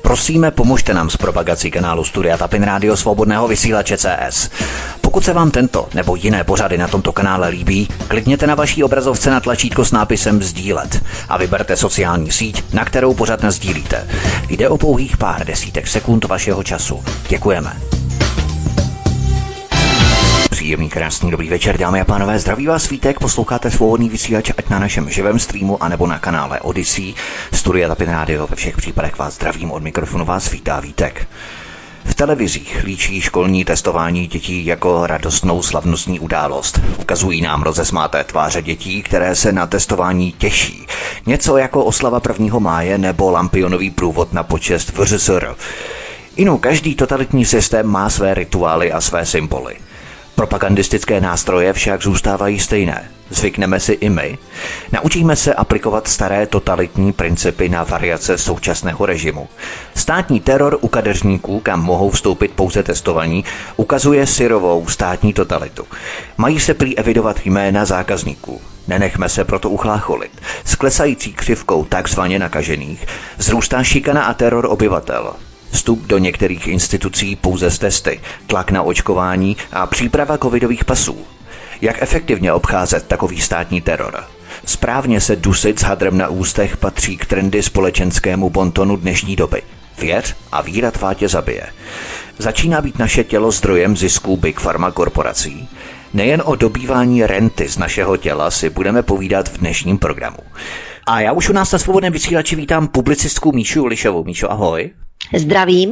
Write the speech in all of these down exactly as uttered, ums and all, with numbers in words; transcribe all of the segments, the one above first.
Prosíme, pomožte nám s propagací kanálu Studia Tapin Rádio Svobodného vysílače C S. Pokud se vám tento nebo jiné pořady na tomto kanále líbí, klikněte na vaší obrazovce na tlačítko s nápisem sdílet a vyberte sociální síť, na kterou pořad nasdílíte. Jde o pouhých pár desítek sekund vašeho času. Děkujeme. Příjemný, krásný, dobrý večer, dámy a pánové, zdraví vás Vítek, posloucháte Svobodný vysílač ať na našem živém streamu, anebo na kanále Odyssey. Studia Tapin Rádio, ve všech případech vás zdravím, od mikrofonu vás vítá Vítek. V televizích líčí školní testování dětí jako radostnou slavnostní událost. Ukazují nám rozesmáté tváře dětí, které se na testování těší. Něco jako oslava prvního máje nebo lampionový průvod na počest V Ř S R. Inu, každý totalitní systém má své rituály a své symboly. Propagandistické nástroje však zůstávají stejné. Zvykneme si i my. Naučíme se aplikovat staré totalitní principy na variace současného režimu. Státní teror u kadeřníků, kam mohou vstoupit pouze testovaní, ukazuje syrovou státní totalitu. Mají se prý evidovat jména zákazníků. Nenechme se proto uchlácholit. S klesající křivkou takzvaně nakažených vzrůstá šikana a teror obyvatel. Vstup do některých institucí pouze z testy, tlak na očkování a příprava covidových pasů. Jak efektivně obcházet takový státní teror? Správně se dusit s hadrem na ústech patří k trendy společenskému bontonu dnešní doby. Věř a víra tvá tě zabije. Začíná být naše tělo zdrojem zisků Big Pharma korporací? Nejen o dobývání renty z našeho těla si budeme povídat v dnešním programu. A já už u nás na Svobodném vysílači vítám publicistku Míšu Julišovou. Míšo, ahoj. Zdravím.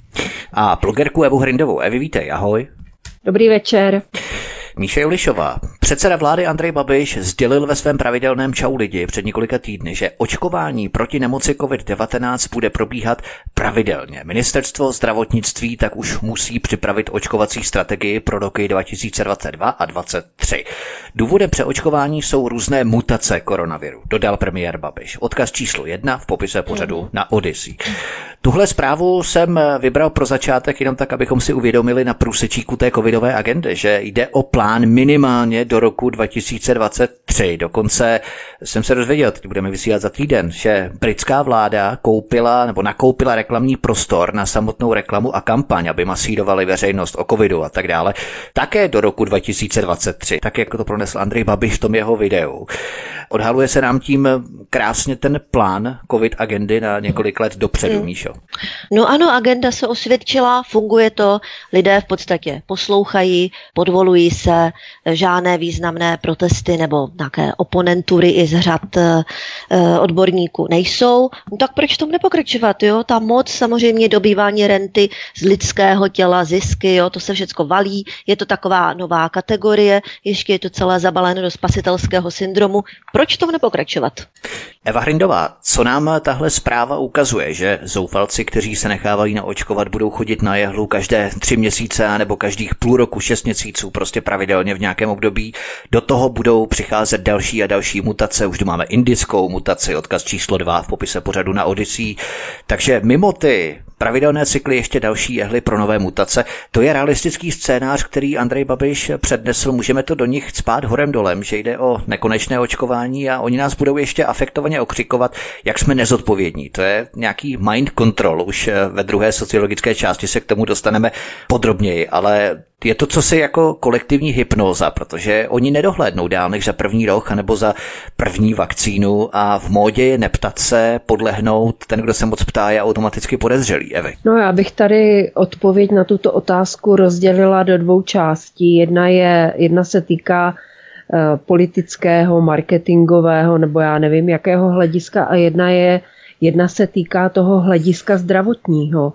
A blogerku Evu Hrindovou. Evi, vítej, ahoj. Dobrý večer. Míša Julišová, předseda vlády Andrej Babiš sdělil ve svém pravidelném Čau lidi před několika týdny, že očkování proti nemoci covid devatenáct bude probíhat pravidelně. Ministerstvo zdravotnictví tak už musí připravit očkovací strategii pro roky dva tisíce dvacet dva a dvacet tři. Důvodem přeočkování jsou různé mutace koronaviru, dodal premiér Babiš. Odkaz číslo jedna v popise pořadu na Odyssey. Tuhle zprávu jsem vybral pro začátek jenom tak, abychom si uvědomili na průsečíku té covidové agendy, že jde o plán minimálně do roku dva tisíce dvacet tři. Dokonce jsem se dozvěděl, teď budeme vysílat za týden, že britská vláda koupila nebo nakoupila reklamní prostor na samotnou reklamu a kampaň, aby masírovali veřejnost o covidu a tak dále, také do roku dva tisíce dvacet tři, tak jako to pronesl Andrej Babiš v tom jeho videu. Odhaluje se nám tím krásně ten plán covid agendy na několik let dopředu, hmm. Míšo. No ano, agenda se osvědčila, funguje to, lidé v podstatě poslouchají, podvolují se, žádné významné protesty nebo nějaké oponentury i z řad e, odborníků nejsou. No tak proč tomu nepokračovat, jo? Ta moc, samozřejmě dobývání renty z lidského těla, zisky, jo, to se všecko valí, je to taková nová kategorie, ještě je to celé zabaleno do spasitelského syndromu. Proč tomu nepokračovat? Eva Hrindová, co nám tahle zpráva ukazuje, že zoufalci, kteří se nechávají naočkovat, budou chodit na jehlu každé tři měsíce nebo každých půl roku, šest měsíců, prostě pravidelně v nějakém období. Do toho budou přicházet další a další mutace, už tu máme indickou mutaci, odkaz číslo dva v popise pořadu na Odyssey. Takže mimo ty pravidelné cykly ještě další jehly pro nové mutace. To je realistický scénář, který Andrej Babiš přednesl. Můžeme to do nich cpát horem dolem, že jde o nekonečné očkování a oni nás budou ještě afektovaně okřikovat, jak jsme nezodpovědní. To je nějaký mind control. Už ve druhé sociologické části se k tomu dostaneme podrobněji, ale je to cosi jako kolektivní hypnóza, protože oni nedohlédnou dál než za první rok anebo za první vakcínu a v módě je neptat se, podlehnout, ten, kdo se moc ptá, je automaticky podezřelý. Evi. No já bych tady odpověď na tuto otázku rozdělila do dvou částí. Jedna, je, jedna se týká uh, politického, marketingového nebo já nevím jakého hlediska a jedna, je, jedna se týká toho hlediska zdravotního.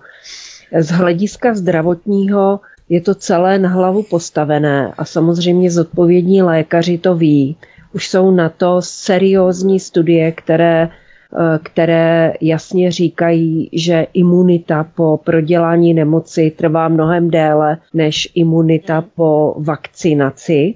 Z hlediska zdravotního je to celé na hlavu postavené a samozřejmě zodpovědní lékaři to ví. Už jsou na to seriózní studie, které, které jasně říkají, že imunita po prodělání nemoci trvá mnohem déle než imunita po vakcinaci.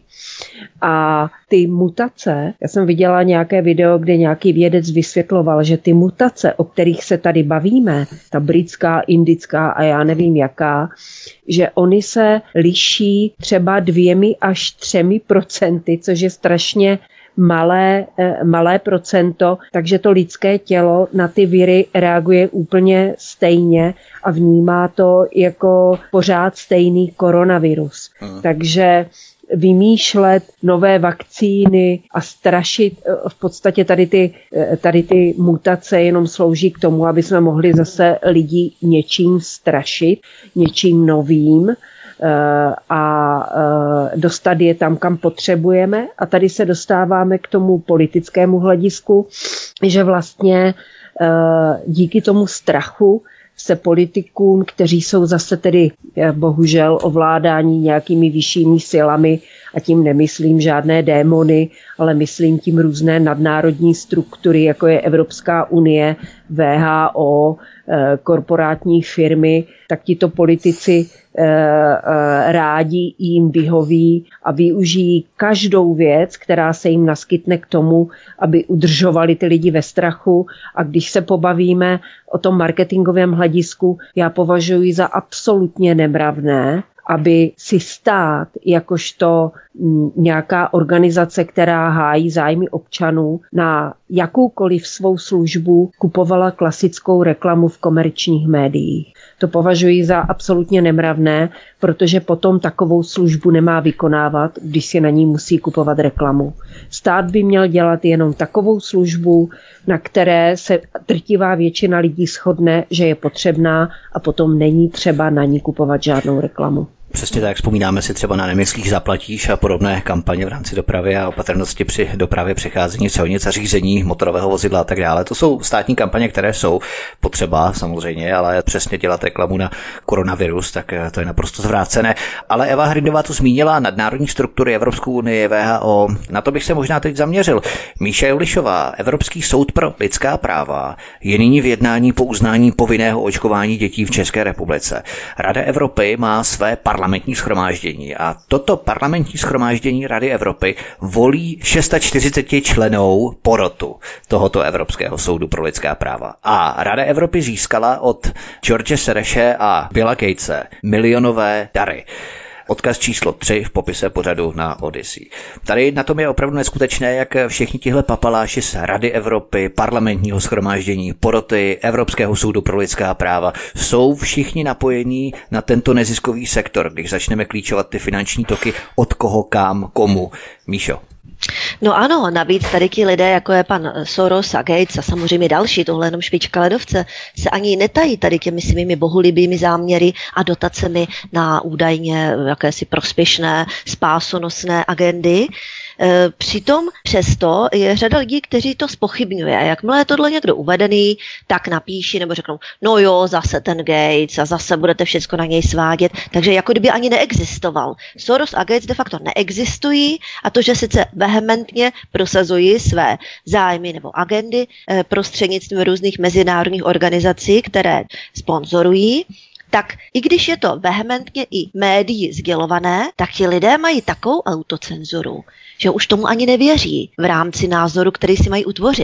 A ty mutace, já jsem viděla nějaké video, kde nějaký vědec vysvětloval, že ty mutace, o kterých se tady bavíme, ta britská, indická a já nevím jaká, že oni se liší třeba dvěmi až třemi procenty, což je strašně malé, malé procento, takže to lidské tělo na ty viry reaguje úplně stejně a vnímá to jako pořád stejný koronavirus. Hmm. Takže vymýšlet nové vakcíny a strašit, v podstatě tady ty, tady ty mutace jenom slouží k tomu, aby jsme mohli zase lidi něčím strašit, něčím novým a dostat je tam, kam potřebujeme. A tady se dostáváme k tomu politickému hledisku, že vlastně díky tomu strachu se politikům, kteří jsou zase tedy bohužel ovládání nějakými vyššími silami, a tím nemyslím žádné démony, ale myslím tím různé nadnárodní struktury, jako je Evropská unie, W H O, korporátní firmy, tak tito politici rádi jim vyhoví a využijí každou věc, která se jim naskytne k tomu, aby udržovali ty lidi ve strachu. A když se pobavíme o tom marketingovém hledisku, já považuji za absolutně nemravné, aby si stát, jakožto nějaká organizace, která hájí zájmy občanů, na jakoukoliv svou službu kupovala klasickou reklamu v komerčních médiích. To považuji za absolutně nemravné, protože potom takovou službu nemá vykonávat, když si na ní musí kupovat reklamu. Stát by měl dělat jenom takovou službu, na které se drtivá většina lidí shodne, že je potřebná, a potom není třeba na ní kupovat žádnou reklamu. Přesně tak, vzpomínáme si třeba na Nemyslíš, zaplatíš a podobné kampaně v rámci dopravy a opatrnosti při dopravě, přecházení silnic a řízení motorového vozidla a tak dále. To jsou státní kampaně, které jsou potřeba samozřejmě, ale přesně dělat reklamu na koronavirus, tak to je naprosto zvrácené. Ale Eva Hrindová tu zmínila nadnárodní struktury, Evropskou unii, W H O. Na to bych se možná teď zaměřil. Míša Julišová, Evropský soud pro lidská práva, je nyní v jednání po uznání povinného očkování dětí v České republice. Rada Evropy má své parlamentní shromáždění a toto parlamentní shromáždění Rady Evropy volí čtyřicet šest členů porotu tohoto Evropského soudu pro lidská práva. A Rada Evropy získala od George Soreše a Billa Gatese milionové dary. Odkaz číslo tři v popise pořadu na Odyssey. Tady na tom je opravdu neskutečné, jak všichni tihle papaláši z Rady Evropy, parlamentního shromáždění, poroty Evropského soudu pro lidská práva jsou všichni napojení na tento neziskový sektor, když začneme klíčovat ty finanční toky od koho, kam, komu. Míšo. No ano, navíc tady ti lidé, jako je pan Soros a Gates a samozřejmě další, tohle jenom špička ledovce, se ani netají tady těmi svými bohulibými záměry a dotacemi na údajně jakési prospěšné, spásonosné agendy. Přitom přesto je řada lidí, kteří to zpochybňuje. Jakmile je tohle někdo uvedený, tak napíší nebo řeknou, no jo, zase ten Gates a zase budete všecko na něj svádět. Takže jako kdyby ani neexistoval. Soros a Gates de facto neexistují a to, že sice vehementně prosazují své zájmy nebo agendy prostřednictvím různých mezinárodních organizací, které sponzorují, tak i když je to vehementně i médií sdělované, tak ti lidé mají takovou autocenzuru, že už tomu ani nevěří v rámci názoru, který si mají utvořit,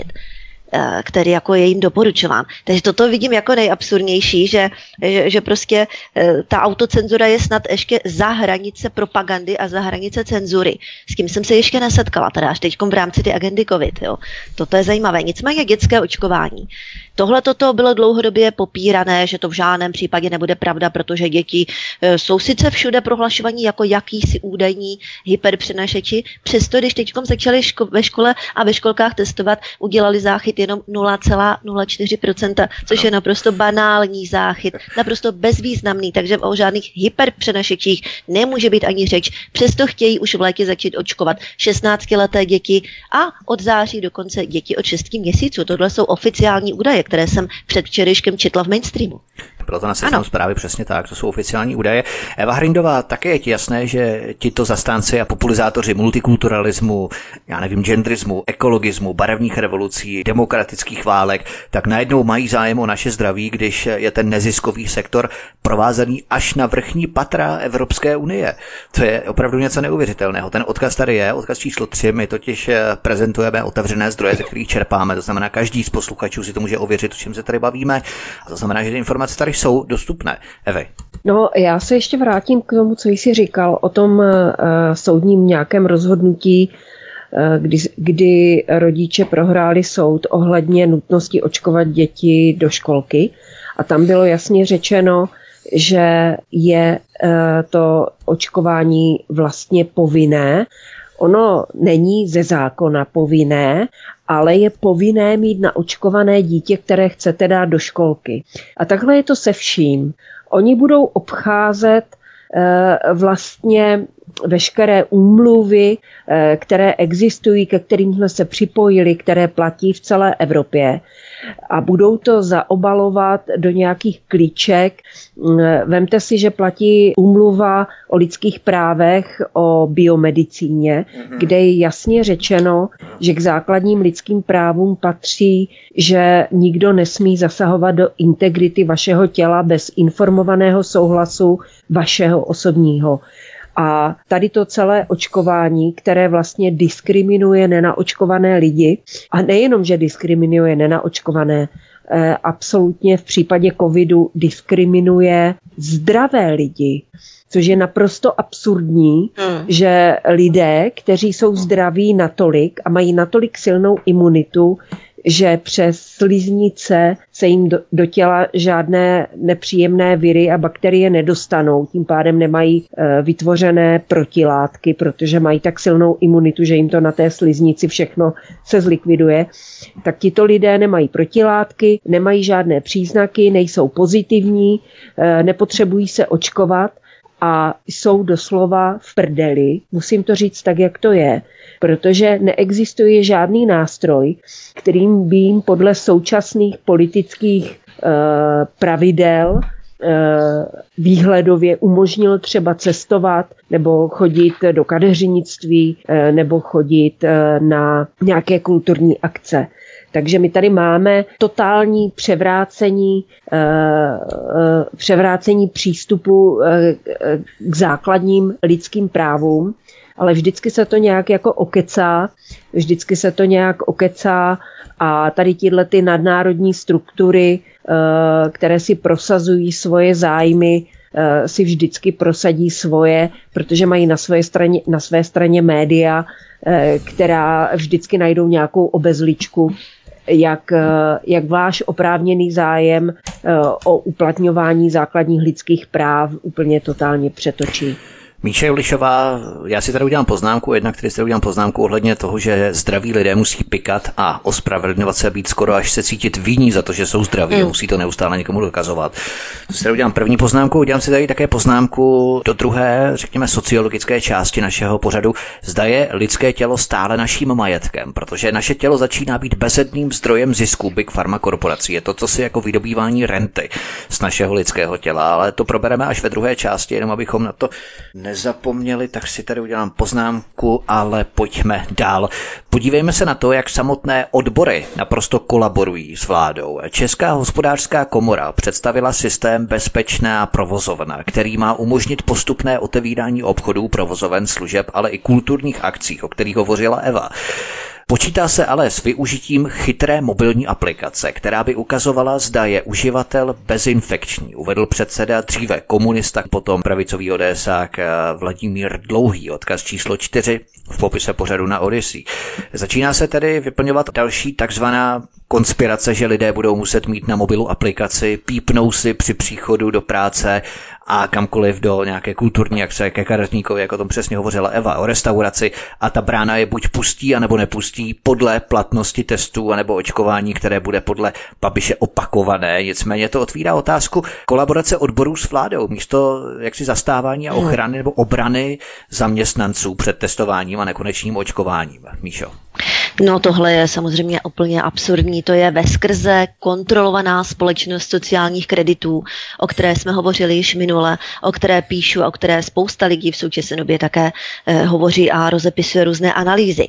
který jako je jim doporučován. Takže toto vidím jako nejabsurdnější, že, že, že prostě ta autocenzura je snad ještě za hranice propagandy a za hranice cenzury. S tím jsem se ještě nesetkala, teda až teď v rámci ty agendy COVID. Jo. Toto je zajímavé. Nicméně dětské očkování. Tohle toto bylo dlouhodobě popírané, že to v žádném případě nebude pravda, protože děti jsou sice všude prohlašovaní jako jakýsi údajní hyperpřenašeči, přesto když teď začali ško- ve škole a ve školkách testovat, udělali záchyt jenom nula celá nula čtyři procenta, což je naprosto banální záchyt, naprosto bezvýznamný, takže o žádných hyperpřenašečích nemůže být ani řeč. Přesto chtějí už v létě začít očkovat šestnáctileté děti a od září dokonce děti od šesti měsíců. Tohle jsou oficiální údaje, které jsem před včerejškem četla v mainstreamu. Bylo to na seznamu zprávy přesně tak, to jsou oficiální údaje. Eva Hrindová, také je ti jasné, že tito zastánci a populizátoři multikulturalismu, já nevím, genderismu, ekologismu, barevných revolucí, demokratických válek, tak najednou mají zájem o naše zdraví, když je ten neziskový sektor provázaný až na vrchní patra Evropské unie. To je opravdu něco neuvěřitelného. Ten odkaz tady je, odkaz číslo tři, my totiž prezentujeme otevřené zdroje, ze kterých čerpáme, to znamená, každý z posluchačů si to může ověřit, o čem se tady bavíme, a to znamená, že ty informace tady jsou dostupné. Evy. No, já se ještě vrátím k tomu, co jsi říkal o tom uh, soudním nějakém rozhodnutí kdy, kdy rodiče prohráli soud ohledně nutnosti očkovat děti do školky. A tam bylo jasně řečeno, že je to očkování vlastně povinné. Ono není ze zákona povinné, ale je povinné mít naočkované dítě, které chcete dát do školky. A takhle je to se vším. Oni budou obcházet vlastně veškeré úmluvy, které existují, ke kterým jsme se připojili, které platí v celé Evropě a budou to zaobalovat do nějakých klíček. Vemte si, že platí úmluva o lidských právech, o biomedicíně, kde je jasně řečeno, že k základním lidským právům patří, že nikdo nesmí zasahovat do integrity vašeho těla bez informovaného souhlasu vašeho osobního. A tady to celé očkování, které vlastně diskriminuje nenaočkované lidi, a nejenom, že diskriminuje nenaočkované, absolutně v případě covidu diskriminuje zdravé lidi, což je naprosto absurdní, hmm. že lidé, kteří jsou zdraví natolik a mají natolik silnou imunitu, že přes sliznice se jim do, do těla žádné nepříjemné viry a bakterie nedostanou, tím pádem nemají e, vytvořené protilátky, protože mají tak silnou imunitu, že jim to na té sliznici všechno se zlikviduje, tak tito lidé nemají protilátky, nemají žádné příznaky, nejsou pozitivní, e, nepotřebují se očkovat a jsou doslova v prdeli, musím to říct tak, jak to je, protože neexistuje žádný nástroj, kterým by jim podle současných politických e, pravidel e, výhledově umožnil třeba cestovat nebo chodit do kadeřnictví e, nebo chodit e, na nějaké kulturní akce. Takže my tady máme totální převrácení, převrácení přístupu k základním lidským právům, ale vždycky se to nějak jako okecá, vždycky se to nějak okecá a tady tyhle ty nadnárodní struktury, které si prosazují svoje zájmy, si vždycky prosadí svoje, protože mají na své straně, na své straně média, která vždycky najdou nějakou obezličku, jak, jak váš oprávněný zájem o uplatňování základních lidských práv úplně totálně přetočí. Míša Julišová, já si tady udělám poznámku, jednak tady si tady udělám poznámku ohledně toho, že zdraví lidé musí pikat a ospravedlňovat se, být skoro až se cítit vinní za to, že jsou zdraví, mm. musí to neustále někomu dokazovat. Si tady udělám první poznámku, udělám si tady také poznámku do druhé, řekněme, sociologické části našeho pořadu. Zda je lidské tělo stále naším majetkem, protože naše tělo začíná být bezedným zdrojem zisku Big Pharma korporací. Je to co si jako vydobývání renty z našeho lidského těla, ale to probereme až ve druhé části, jenom abychom na to nezapomněli, tak si tady udělám poznámku, ale pojďme dál. Podívejme se na to, jak samotné odbory naprosto kolaborují s vládou. Česká hospodářská komora představila systém bezpečná provozovna, který má umožnit postupné otevírání obchodů, provozoven, služeb, ale i kulturních akcí, o kterých hovořila Eva. Počítá se ale s využitím chytré mobilní aplikace, která by ukazovala, zda je uživatel bezinfekční, uvedl předseda dříve komunista, potom pravicový odésák Vladimír Dlouhý, odkaz číslo čtyři v popise pořadu na Odyssey. Začíná se tedy vyplňovat další takzvaná konspirace, že lidé budou muset mít na mobilu aplikaci, pípnou si při příchodu do práce a kamkoliv do nějaké kulturní akce, ke kadeřníkovi, jako o tom přesně hovořila Eva, o restauraci, a ta brána je buď pustí, anebo nepustí podle platnosti testů anebo očkování, které bude podle Babiše opakované. Nicméně to otvírá otázku kolaborace odborů s vládou, místo jaksi zastávání a ochrany nebo obrany zaměstnanců před testováním a nekonečným očkováním. Míšo. No tohle je samozřejmě úplně absurdní. To je veskrze kontrolovaná společnost sociálních kreditů, o které jsme hovořili již minule, o které píšu a o které spousta lidí v současné době také eh, hovoří a rozepisuje různé analýzy.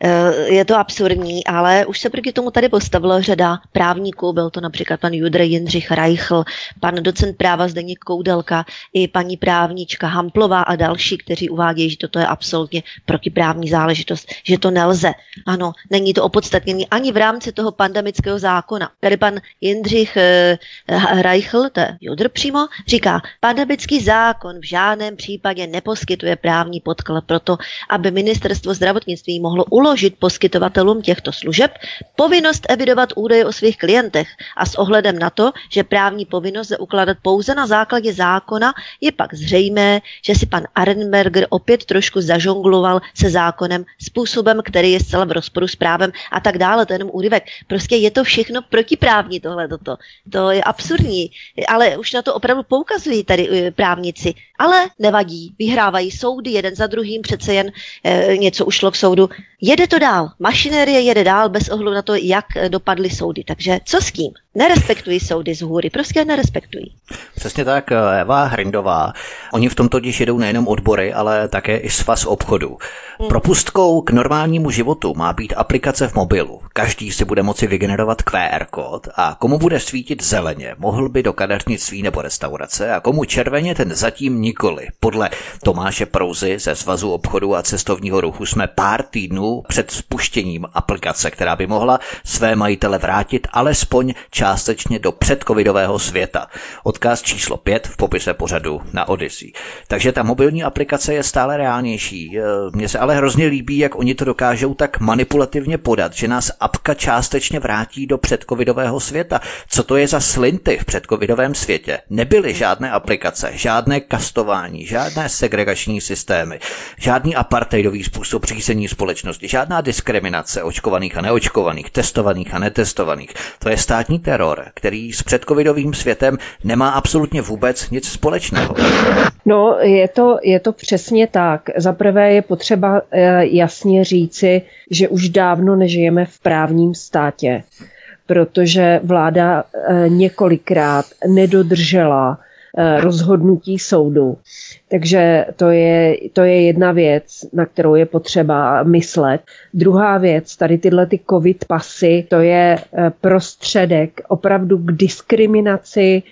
Je to absurdní, ale už se proti tomu tady postavila řada právníků, byl to například pan Judr Jindřich Reichl, pan docent práva Zdeněk Koudelka i paní právnička Hamplová a další, kteří uvádějí, že toto je absolutně protiprávní záležitost, že to nelze. Ano, není to opodstatnění ani v rámci toho pandemického zákona. Tady pan Jindřich eh, Reichl, to je Judr přímo, říká, pandemický zákon v žádném případě neposkytuje právní podklad pro to, aby ministerstvo zdravotnictví mohlo uložit poskytovatelům těchto služeb povinnost evidovat údaje o svých klientech a s ohledem na to, že právní povinnost se ukládat pouze na základě zákona, je pak zřejmé, že si pan Arenberger opět trošku zažongloval se zákonem způsobem, který je zcela v rozporu s právem a tak dále. To je jenom úryvek. Prostě je to všechno protiprávní tohle toto. To je absurdní, ale už na to opravdu poukazují tady právníci. Ale nevadí, vyhrávají soudy jeden za druhým, přece jen e, něco ušlo k soudu. Jede to dál, mašinérie jede dál bez ohledu na to, jak dopadly soudy. Takže co s tím? Nerespektují soudy z hůry, prostě nerespektují. Přesně tak, Eva Hrindová. Oni v tom totiž jedou nejenom odbory, ale také i svaz obchodu. Hmm. Propustkou k normálnímu životu má být aplikace v mobilu. Každý si bude moci vygenerovat Q R kód a komu bude svítit zeleně, mohl by do kadeřnictví nebo restaurace a komu červeně, ten zatím nikoli. Podle Tomáše Prouzy ze Svazu obchodu a cestovního ruchu jsme pár týdnů před spuštěním aplikace, která by mohla své majitele vrátit alespoň částečně do předcovidového světa. Odkaz číslo pět v popise pořadu na Odyssey. Takže ta mobilní aplikace je stále reálnější. Mně se ale hrozně líbí, jak oni to dokážou tak manipulativně podat, že nás apka částečně vrátí do předcovidového světa. Co to je za slinty v předcovidovém světě? Nebyly žádné aplikace, žádné kastování, žádné segregační systémy, žádný apartheidový způsob řízení společnosti, žádná diskriminace očkovaných a neočkovaných, testovaných a netestovaných. To je státní teror, který s předcovidovým světem nemá absolutně vůbec nic společného. No, je to, je to přesně tak. Za prvé je potřeba jasně říci, že už dávno nežijeme v právním státě, protože vláda několikrát nedodržela rozhodnutí soudu. Takže to je, to je jedna věc, na kterou je potřeba myslet. Druhá věc, tady tyhle ty covid pasy, to je prostředek opravdu k diskriminaci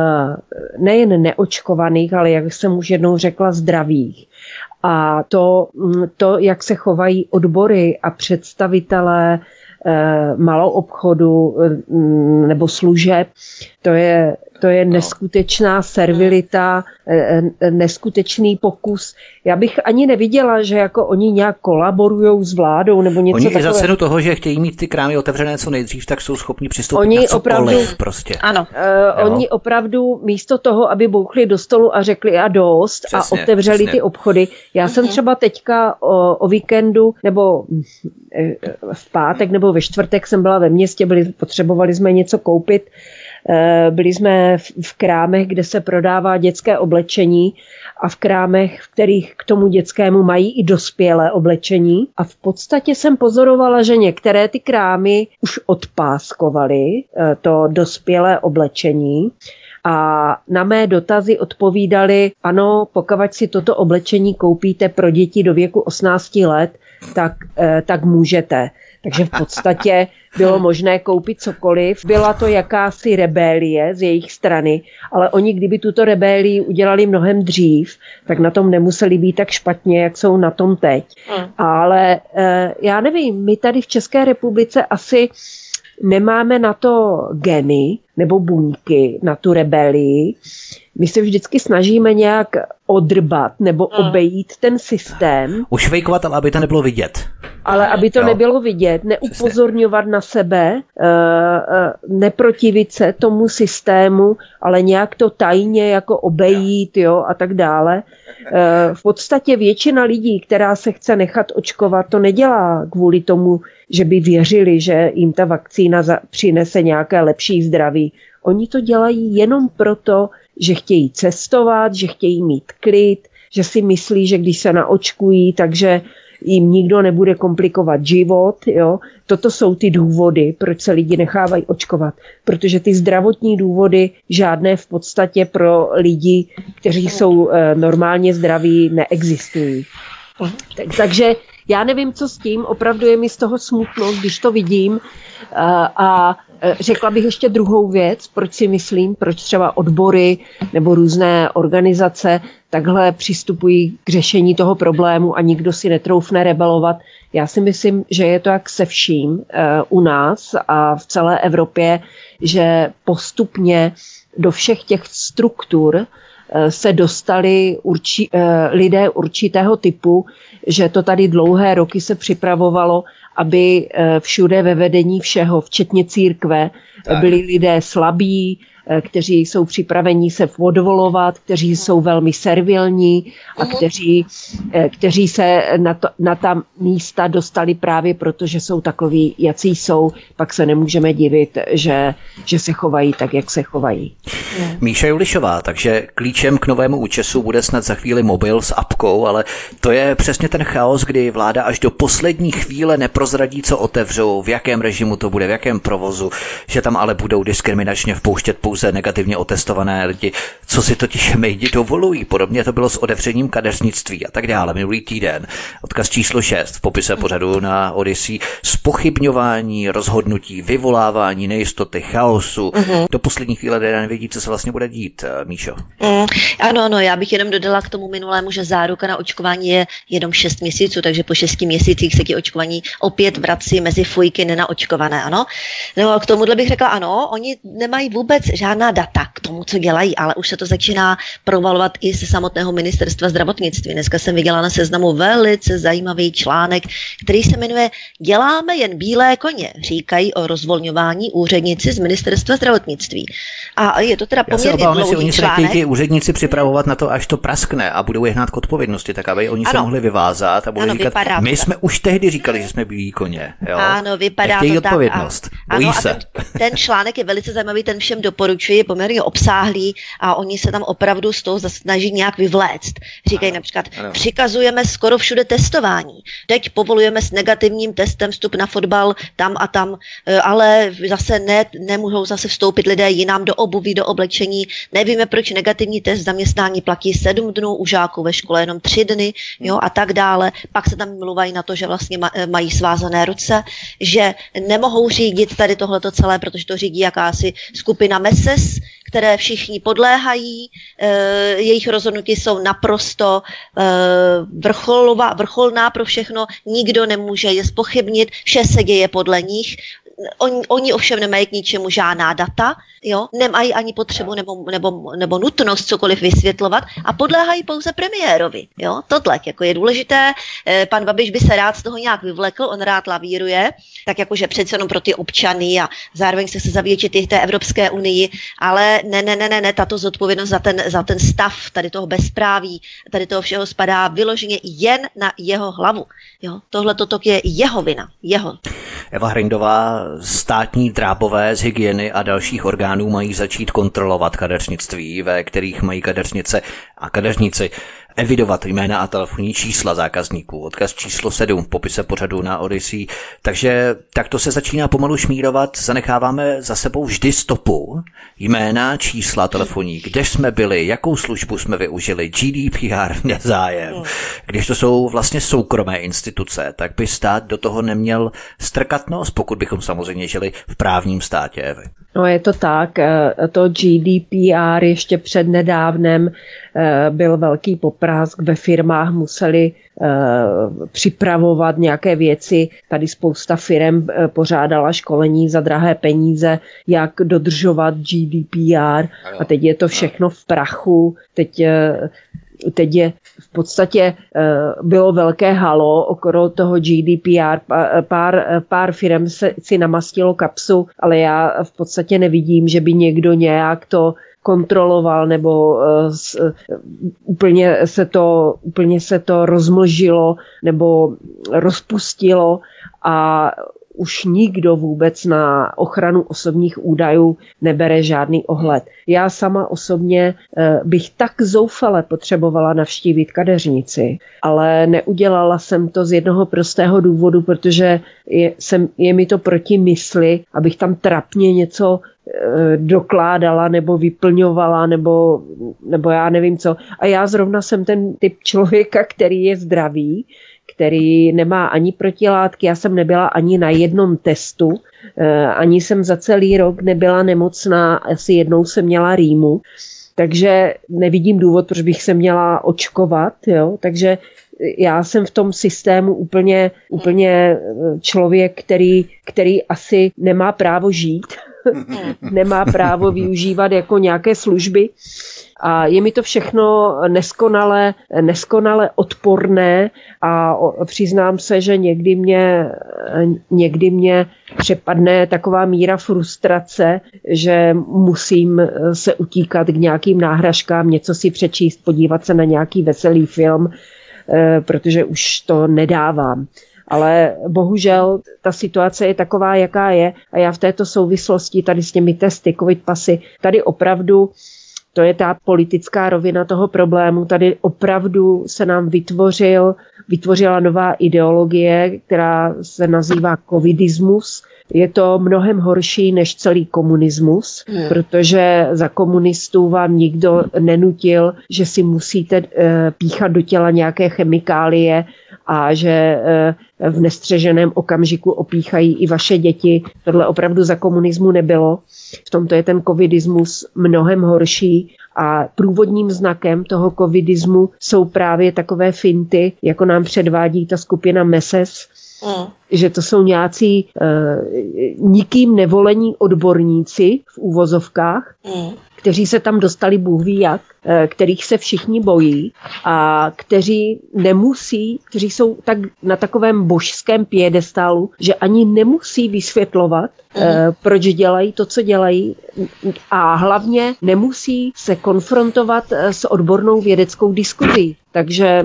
nejen neočkovaných, ale jak jsem už jednou řekla, zdravých. A to, to jak se chovají odbory a představitelé malou obchodu nebo služeb, to je To je neskutečná servilita, neskutečný pokus. Já bych ani neviděla, že jako oni nějak kolaborujou s vládou nebo něco takové. Oni i za cenu toho, že chtějí mít ty krámy otevřené co nejdřív, tak jsou schopni přistoupit oni na cokoliv opravdu, prostě. Ano. Uh, oni opravdu místo toho, aby bouchli do stolu a řekli a dost přesně, a otevřeli přesně. ty obchody. Já uh-huh. jsem třeba teďka o, o víkendu nebo v pátek nebo ve čtvrtek jsem byla ve městě, byli, potřebovali jsme něco koupit. Byli jsme v krámech, kde se prodává dětské oblečení a v krámech, v kterých k tomu dětskému mají i dospělé oblečení. A v podstatě jsem pozorovala, že některé ty krámy už odpáskovaly to dospělé oblečení. A na mé dotazy odpovídali, ano, pokud si toto oblečení koupíte pro děti do věku osmnáct let, tak, tak můžete. Takže v podstatě bylo možné koupit cokoliv. Byla to jakási rebélie z jejich strany, ale oni, kdyby tuto rebélii udělali mnohem dřív, tak na tom nemuseli být tak špatně, jak jsou na tom teď. Mm. Ale já nevím, my tady v České republice asi nemáme na to geny nebo buňky, na tu rebelii. My se vždycky snažíme nějak odrbat nebo obejít ten systém. Ušvejkovat, ale aby to nebylo vidět. Ale aby to jo. nebylo vidět, neupozorňovat na sebe, neprotivit se tomu systému, ale nějak to tajně jako obejít, jo, a tak dále. V podstatě většina lidí, která se chce nechat očkovat, to nedělá kvůli tomu, že by věřili, že jim ta vakcína přinese nějaké lepší zdraví. Oni to dělají jenom proto, že chtějí cestovat, že chtějí mít klid, že si myslí, že když se naočkují, takže jim nikdo nebude komplikovat život. Jo. Toto jsou ty důvody, proč se lidi nechávají očkovat. Protože ty zdravotní důvody žádné v podstatě pro lidi, kteří jsou normálně zdraví, neexistují. Tak, takže Já nevím, co s tím, opravdu je mi z toho smutno, když to vidím. A řekla bych ještě druhou věc, proč si myslím, proč třeba odbory nebo různé organizace takhle přistupují k řešení toho problému a nikdo si netroufne rebelovat. Já si myslím, že je to jak se vším u nás a v celé Evropě, že postupně do všech těch struktur se dostali urči, lidé určitého typu, že to tady dlouhé roky se připravovalo, aby všude ve vedení všeho, včetně církve, byli lidé slabí, kteří jsou připraveni se odvolovat, kteří jsou velmi servilní a kteří, kteří se na, to, na ta místa dostali právě proto, že jsou takoví, jací jsou, pak se nemůžeme divit, že, že se chovají tak, jak se chovají. Míša Julišová, takže klíčem k novému účesu bude snad za chvíli mobil s apkou, ale to je přesně ten chaos, kdy vláda až do poslední chvíle neprozradí, co otevřou, v jakém režimu to bude, v jakém provozu, že tam ale budou diskriminačně vpouštět pouze negativně otestované lidi, co si totiž mejdi dovolují. Podobně to bylo s otevřením kadeřnictví a tak dále. Minulý týden, odkaz číslo šest v popise pořadu na Odyssey, zpochybňování rozhodnutí, vyvolávání nejistoty, chaosu. Uh-huh. Do poslední chvíle lidé nevědí, co se vlastně bude dít, Míšo. Mm, ano, ano, já bych jenom dodala k tomu minulému, že záruka na očkování je jenom šest měsíců, takže po šesti měsících se ti očkování opět vrací mezi fujky nenaočkované, ano. No a k tomuhle bych řekla, ano, oni nemají vůbec žádná data k tomu, co dělají, ale už se to začíná provalovat i ze samotného ministerstva zdravotnictví. Dneska jsem viděla na Seznamu velice zajímavý článek, který se jmenuje Děláme jen bílé koně, říkají o rozvolňování úředníci z ministerstva zdravotnictví. A je to teda poměrně dlouhý článek. Oni se nechtějí ty úředníci připravovat na to, až to praskne a budou je hnát k odpovědnosti, tak aby oni ano. se mohli vyvázat a budou říkat, my jsme už tehdy říkali, že jsme bílí koně. Jo? Ano, vypadá to tak. Odpovědnost. A, Bojí ano, se. A ten, ten článek je velice zajímavý, ten všem doporučuji, je poměrně obsáhlý a oni se tam opravdu z toho snaží nějak vyvléct. Říkají ano, například, ano. Přikazujeme skoro všude testování. Teď povolujeme s negativním testem vstup na fotbal tam a tam, ale zase ne, nemůžou zase vstoupit lidé jinam do obuví, do oblečení. Nevíme, proč negativní test zaměstnání platí sedm dnů, u žáků ve škole jenom tři dny, jo, a tak dále. Pak se tam mluvají na to, že vlastně mají svázané ruce, že nemohou řídit tady tohleto celé, protože to řídí jakási skupina meses, které všichni podléhají, e, jejich rozhodnutí jsou naprosto e, vrcholová, vrcholná pro všechno, nikdo nemůže je zpochybnit, vše se děje podle nich. Oni, oni ovšem nemají k ničemu žádná data, jo? Nemají ani potřebu nebo, nebo, nebo nutnost cokoliv vysvětlovat a podléhají pouze premiérovi. Jo? Tohle jako je důležité. Pan Babiš by se rád z toho nějak vyvlekl, on rád lavíruje, tak jakože přece jenom pro ty občany a zároveň se chce zavětšit i té Evropské unii, ale ne, ne, ne, ne, ne, tato zodpovědnost za ten, za ten stav tady toho bezpráví, tady toho všeho spadá vyloženě jen na jeho hlavu. Jo? Tohle toto je jeho vina, jeho. Eva Hrindová, státní drábové z hygieny a dalších orgánů mají začít kontrolovat kadeřnictví, ve kterých mají kadeřnice a kadeřníci evidovat jména a telefonní čísla zákazníků. Odkaz číslo sedm v popise pořadu na Odyssey. Takže takto se začíná pomalu šmírovat. Zanecháváme za sebou vždy stopu. Jména, čísla telefonní, kde jsme byli, jakou službu jsme využili, G D P R, nezájem. Když to jsou vlastně soukromé instituce, tak by stát do toho neměl strkat nos, pokud bychom samozřejmě žili v právním státě, Evy. No je to tak, to G D P R ještě před nedávnem byl velký poprask, ve firmách museli připravovat nějaké věci, tady spousta firem pořádala školení za drahé peníze, jak dodržovat G D P R a teď je to všechno v prachu, teď Teď je v podstatě bylo velké halo okolo toho G D P R, pár, pár firm se, si namastilo kapsu, ale já v podstatě nevidím, že by někdo nějak to kontroloval nebo uh, s, úplně, se to, úplně se to rozmlžilo nebo rozpustilo a už nikdo vůbec na ochranu osobních údajů nebere žádný ohled. Já sama osobně bych tak zoufale potřebovala navštívit kadeřnici, ale neudělala jsem to z jednoho prostého důvodu, protože je, jsem, je mi to proti mysli, abych tam trapně něco dokládala nebo vyplňovala nebo, nebo já nevím co. A já zrovna jsem ten typ člověka, který je zdravý, který nemá ani protilátky. Já jsem nebyla ani na jednom testu, ani jsem za celý rok nebyla nemocná, asi jednou jsem měla rýmu, takže nevidím důvod, proč bych se měla očkovat, jo? Takže já jsem v tom systému úplně, úplně člověk, který, který asi nemá právo žít, nemá právo využívat jako nějaké služby. A je mi to všechno neskonale, neskonale odporné a přiznám se, že někdy mě, někdy mě přepadne taková míra frustrace, že musím se utíkat k nějakým náhražkám, něco si přečíst, podívat se na nějaký veselý film, protože už to nedávám. Ale bohužel ta situace je taková, jaká je a já v této souvislosti tady s těmi testy, covid pasy, tady opravdu to je ta politická rovina toho problému. Tady opravdu se nám vytvořil, vytvořila nová ideologie, která se nazývá covidismus. Je to mnohem horší než celý komunismus, hmm. protože za komunistů vám nikdo nenutil, že si musíte e, píchat do těla nějaké chemikálie a že e, v nestřeženém okamžiku opíchají i vaše děti. Tohle opravdu za komunismu nebylo. V tomto je ten covidismus mnohem horší a průvodním znakem toho covidismu jsou právě takové finty, jako nám předvádí ta skupina Meses, mm. že to jsou nějací uh, nikým nevolení odborníci v úvozovkách, mm. kteří se tam dostali Bůh ví jak, kterých se všichni bojí a kteří nemusí, kteří jsou tak na takovém božském piedestálu, že ani nemusí vysvětlovat, mm. proč dělají to, co dělají a hlavně nemusí se konfrontovat s odbornou vědeckou diskuzí. Takže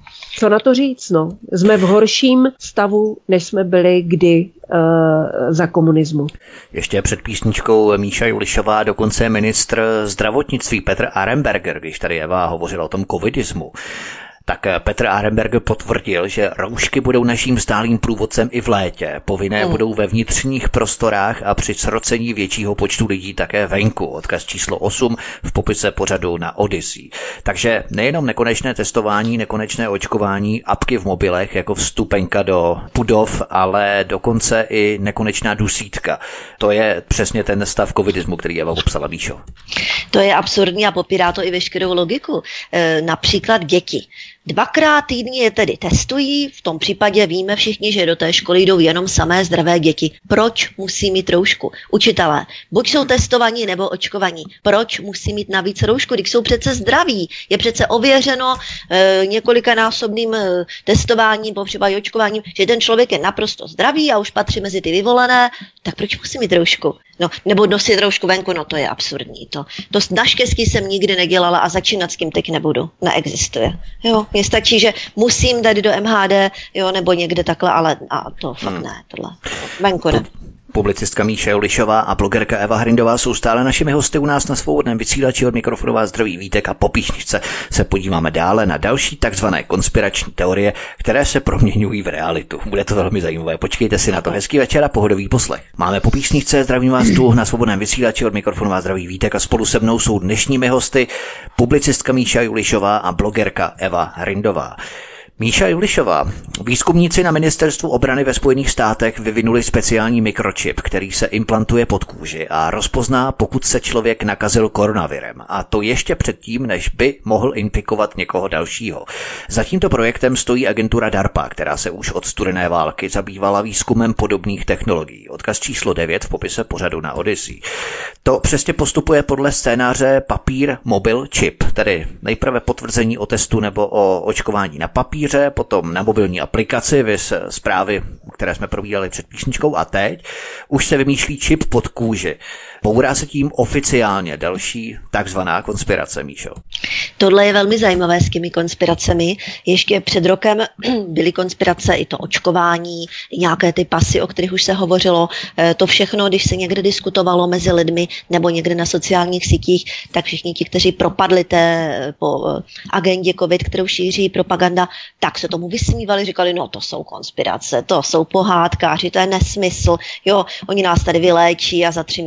co na to říct, no? Jsme v horším stavu, než jsme byli kdy uh, za komunismu. Ještě před písničkou Míša Julišová, dokonce ministr zdravotnictví Petr Arenberger, když tady Eva hovořila o tom covidismu, tak Petr Arenberger potvrdil, že roušky budou naším stálým průvodcem i v létě. Povinné mm. budou ve vnitřních prostorách a při srocení většího počtu lidí také venku. Odkaz číslo osm v popise pořadu na Odyssey. Takže nejenom nekonečné testování, nekonečné očkování, apky v mobilech jako vstupenka do budov, ale dokonce i nekonečná dusítka. To je přesně ten stav covidismu, který Eva popsala, Míšo. To je absurdní a popírá to i veškerou logiku. E, například děti. Dvakrát týdně je tedy testují, v tom případě víme všichni, že do té školy jdou jenom samé zdravé děti. Proč musí mít roušku? Učitelé, buď jsou testovaní nebo očkovaní. Proč musí mít navíc roušku, když jsou přece zdraví? Je přece ověřeno e, několikanásobným e, testováním, popřípadě očkováním, že ten člověk je naprosto zdravý a už patří mezi ty vyvolené, tak proč musí mít roušku? No, nebo nosit roušku venku, no to je absurdní. To, to naštěstí jsem nikdy nedělala a začínat s tím teď nebudu. Neexistuje. Jo, mně stačí, že musím dát do M H D, jo, nebo někde takhle, ale a to fakt hmm. ne, tohle. Venku ne. Publicistka Míša Julišová a blogerka Eva Hrindová jsou stále našimi hosty u nás na Svobodném vysílači. Od mikrofonu vás zdraví Vítek a po písničce se podíváme dále na další takzvané konspirační teorie, které se proměňují v realitu. Bude to velmi zajímavé. Počkejte si na to. Hezký večer a pohodový poslech. Máme po písničce, zdravím vás tu na Svobodném vysílači. Od mikrofonu vás zdraví Vítek a spolu se mnou jsou dnešními hosty publicistka Míša Julišová a blogerka Eva Hrindová. Míša Julišová. Výzkumníci na ministerstvu obrany ve Spojených státech vyvinuli speciální mikročip, který se implantuje pod kůži a rozpozná, pokud se člověk nakazil koronavirem. A to ještě předtím, než by mohl infikovat někoho dalšího. Za tímto projektem stojí agentura DARPA, která se už od studené války zabývala výzkumem podobných technologií. Odkaz číslo devět v popise pořadu na Odyssey. To přesně postupuje podle scénáře papír, mobil, čip, tedy nejprve potvrzení o testu nebo o očkování na papír, potom na mobilní aplikaci, viz zprávy, které jsme probírali před písničkou a teď už se vymýšlí čip pod kůži. Bourá se tím oficiálně další takzvaná konspirace, Míšo. Tohle je velmi zajímavé s těmi konspiracemi. Ještě před rokem byly konspirace i to očkování, nějaké ty pasy, o kterých už se hovořilo. To všechno, když se někde diskutovalo mezi lidmi nebo někde na sociálních sítích, tak všichni ti, kteří propadli té po agendě COVID, kterou šíří propaganda, tak se tomu vysmívali, říkali, no to jsou konspirace, to jsou pohádkáři, to je nesmysl, jo, oni nás tady vyléčí a za tři měsíce to bude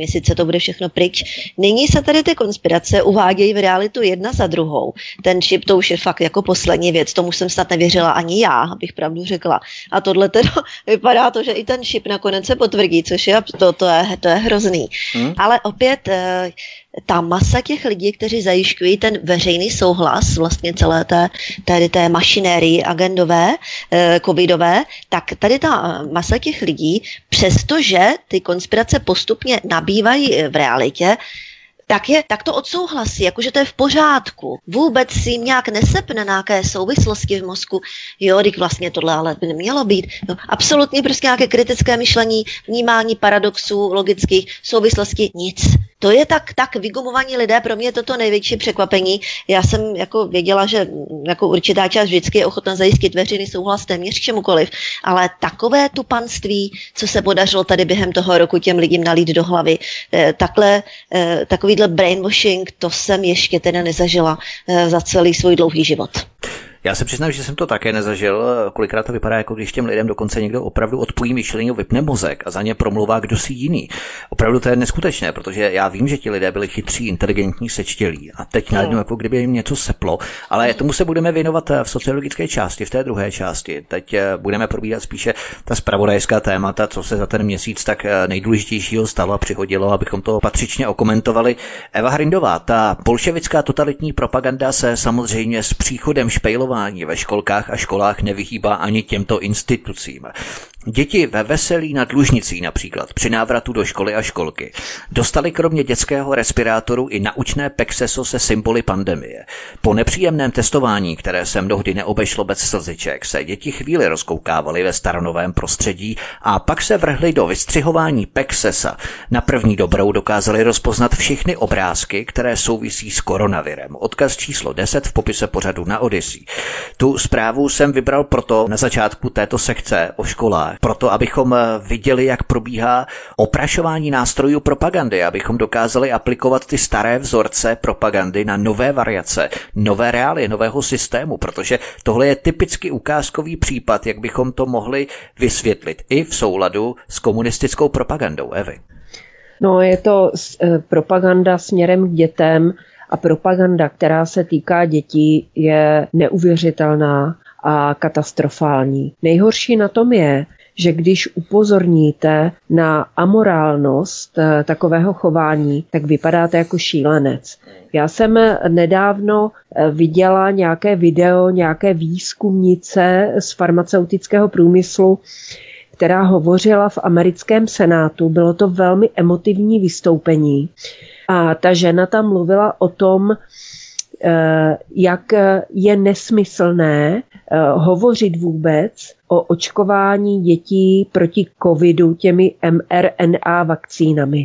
bude všechno pryč. Nyní se tady ty konspirace uvádějí v realitu jedna za druhou. Ten čip to už je fakt jako poslední věc, tomu jsem snad nevěřila ani já, abych pravdu řekla. A tohle teda vypadá to, že i ten čip nakonec se potvrdí, což je, to, to je, to je hrozný. Hmm. Ale opět ta masa těch lidí, kteří zajišťují ten veřejný souhlas vlastně celé té, tady té mašinérii agendové, covidové, tak tady ta masa těch lidí, přestože ty konspirace postupně nabývají v realitě, tak, je, tak to odsouhlasí, jakože to je v pořádku. Vůbec si jim nějak nesepne nějaké souvislosti v mozku. Jo, teď vlastně tohle ale by nemělo být. No, absolutně prostě nějaké kritické myšlení, vnímání paradoxů, logických souvislostí, nic. To je tak, tak vygumovaní lidé, pro mě je toto největší překvapení. Já jsem jako věděla, že jako určitá část vždycky je ochotná zajistit veřejný souhlas téměř k čemukoliv, ale takové tupanství, co se podařilo tady během toho roku těm lidem nalít do hlavy, takhle, takovýhle brainwashing, to jsem ještě teda nezažila za celý svůj dlouhý život. Já se přiznám, že jsem to také nezažil. Kolikrát to vypadá, jako když těm lidem dokonce někdo opravdu odpojí myšlení, vypne mozek a za ně promluvá kdo si jiný. Opravdu to je neskutečné, protože já vím, že ti lidé byli chytří, inteligentní, sečtělí a teď najednou jako kdyby jim něco seplo, ale tomu se budeme věnovat v sociologické části, v té druhé části. Teď budeme probíhat spíše ta zpravodajská témata, co se za ten měsíc tak nejdůležitějšího stalo a přihodilo, abychom to patřičně okomentovali. Eva Hrindová, ta bolševická totalitní propaganda se samozřejmě s příchodem špejlování ve školkách a školách nevyhýbá ani těmto institucím. Děti ve Veselí nad Lužnicí například při návratu do školy a školky dostali kromě dětského respirátoru i naučné pexeso se symboly pandemie. Po nepříjemném testování, které se mnohdy neobešlo bez slziček, se děti chvíli rozkoukávaly ve staronovém prostředí a pak se vrhly do vystřihování pexesa. Na první dobrou dokázali rozpoznat všechny obrázky, které souvisí s koronavirem. Odkaz číslo deset v popise pořadu na Odyssey. Tu zprávu jsem vybral proto na začátku této sekce o školách, proto abychom viděli, jak probíhá oprašování nástrojů propagandy, abychom dokázali aplikovat ty staré vzorce propagandy na nové variace, nové reálie, nového systému, protože tohle je typicky ukázkový případ, jak bychom to mohli vysvětlit i v souladu s komunistickou propagandou. Evy. No, je to propaganda směrem k dětem a propaganda, která se týká dětí, je neuvěřitelná a katastrofální. Nejhorší na tom je, že když upozorníte na amorálnost takového chování, tak vypadáte jako šílenec. Já jsem nedávno viděla nějaké video, nějaké výzkumnice z farmaceutického průmyslu, která hovořila v americkém senátu. Bylo to velmi emotivní vystoupení. A ta žena tam mluvila o tom, jak je nesmyslné hovořit vůbec o očkování dětí proti covidu těmi em er en á vakcínami.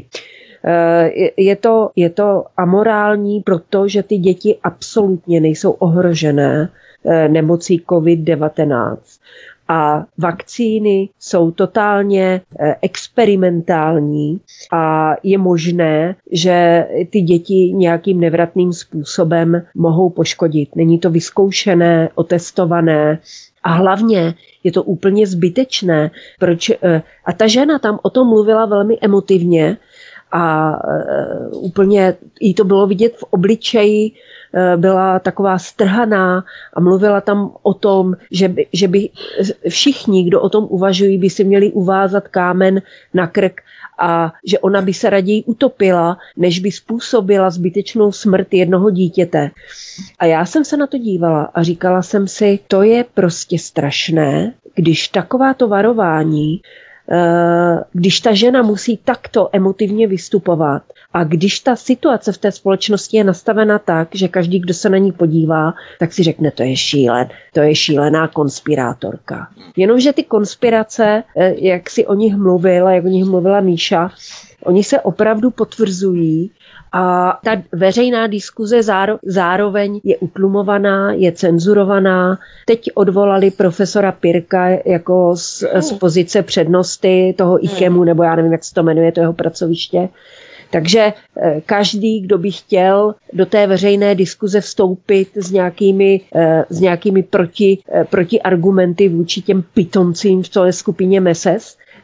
Je to, je to amorální, protože ty děti absolutně nejsou ohrožené nemocí covid devatenáct. A vakcíny jsou totálně experimentální a je možné, že ty děti nějakým nevratným způsobem mohou poškodit. Není to vyzkoušené, otestované a hlavně je to úplně zbytečné. Proč? A ta žena tam o tom mluvila velmi emotivně a úplně jí to bylo vidět v obličeji, byla taková strhaná a mluvila tam o tom, že by, že by všichni, kdo o tom uvažují, by si měli uvázat kámen na krk a že ona by se raději utopila, než by způsobila zbytečnou smrt jednoho dítěte. A já jsem se na to dívala a říkala jsem si, to je prostě strašné, když takováto varování, když ta žena musí takto emotivně vystupovat a když ta situace v té společnosti je nastavena tak, že každý, kdo se na ní podívá, tak si řekne, to je šílen, to je šílená konspirátorka. Jenomže ty konspirace, jak si o nich mluvila, jak o nich mluvila Míša, oni se opravdu potvrzují a ta veřejná diskuze záro, zároveň je utlumovaná, je cenzurovaná. Teď odvolali profesora Pirka jako z, z pozice přednosty toho IKEMu, nebo já nevím, jak se to jmenuje, to jeho pracoviště. Takže každý, kdo by chtěl do té veřejné diskuze vstoupit s nějakými, s nějakými proti, protiargumenty vůči těm pitoncím v celé skupině M E S E S,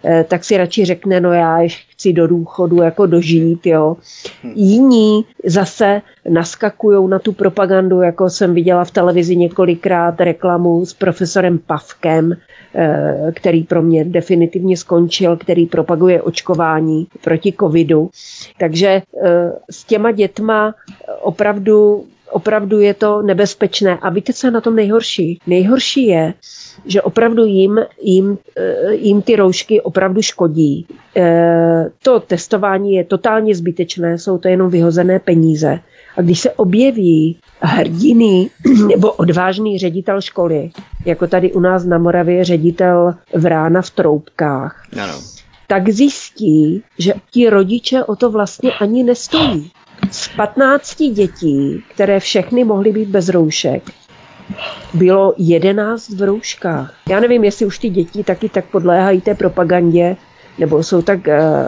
tak si radši řekne, no já chci do důchodu jako dožít, jo. Jiní zase naskakujou na tu propagandu, jako jsem viděla v televizi několikrát reklamu s profesorem Pavkem, který pro mě definitivně skončil, který propaguje očkování proti covidu. Takže s těma dětma opravdu Opravdu je to nebezpečné. A víte, co je na tom nejhorší? Nejhorší je, že opravdu jim, jim, jim ty roušky opravdu škodí. To testování je totálně zbytečné, jsou to jenom vyhozené peníze. A když se objeví hrdinný nebo odvážný ředitel školy, jako tady u nás na Moravě ředitel Vrána v Troubkách, ano. tak zjistí, že ti rodiče o to vlastně ani nestojí. Z patnácti dětí, které všechny mohly být bez roušek, bylo jedenáct v rouškách. Já nevím, jestli už ty děti taky tak podléhají té propagandě, nebo jsou tak...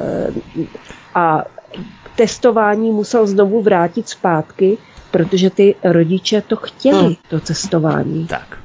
A testování musel znovu vrátit zpátky, protože ty rodiče to chtěli, hmm. to testování. Tak.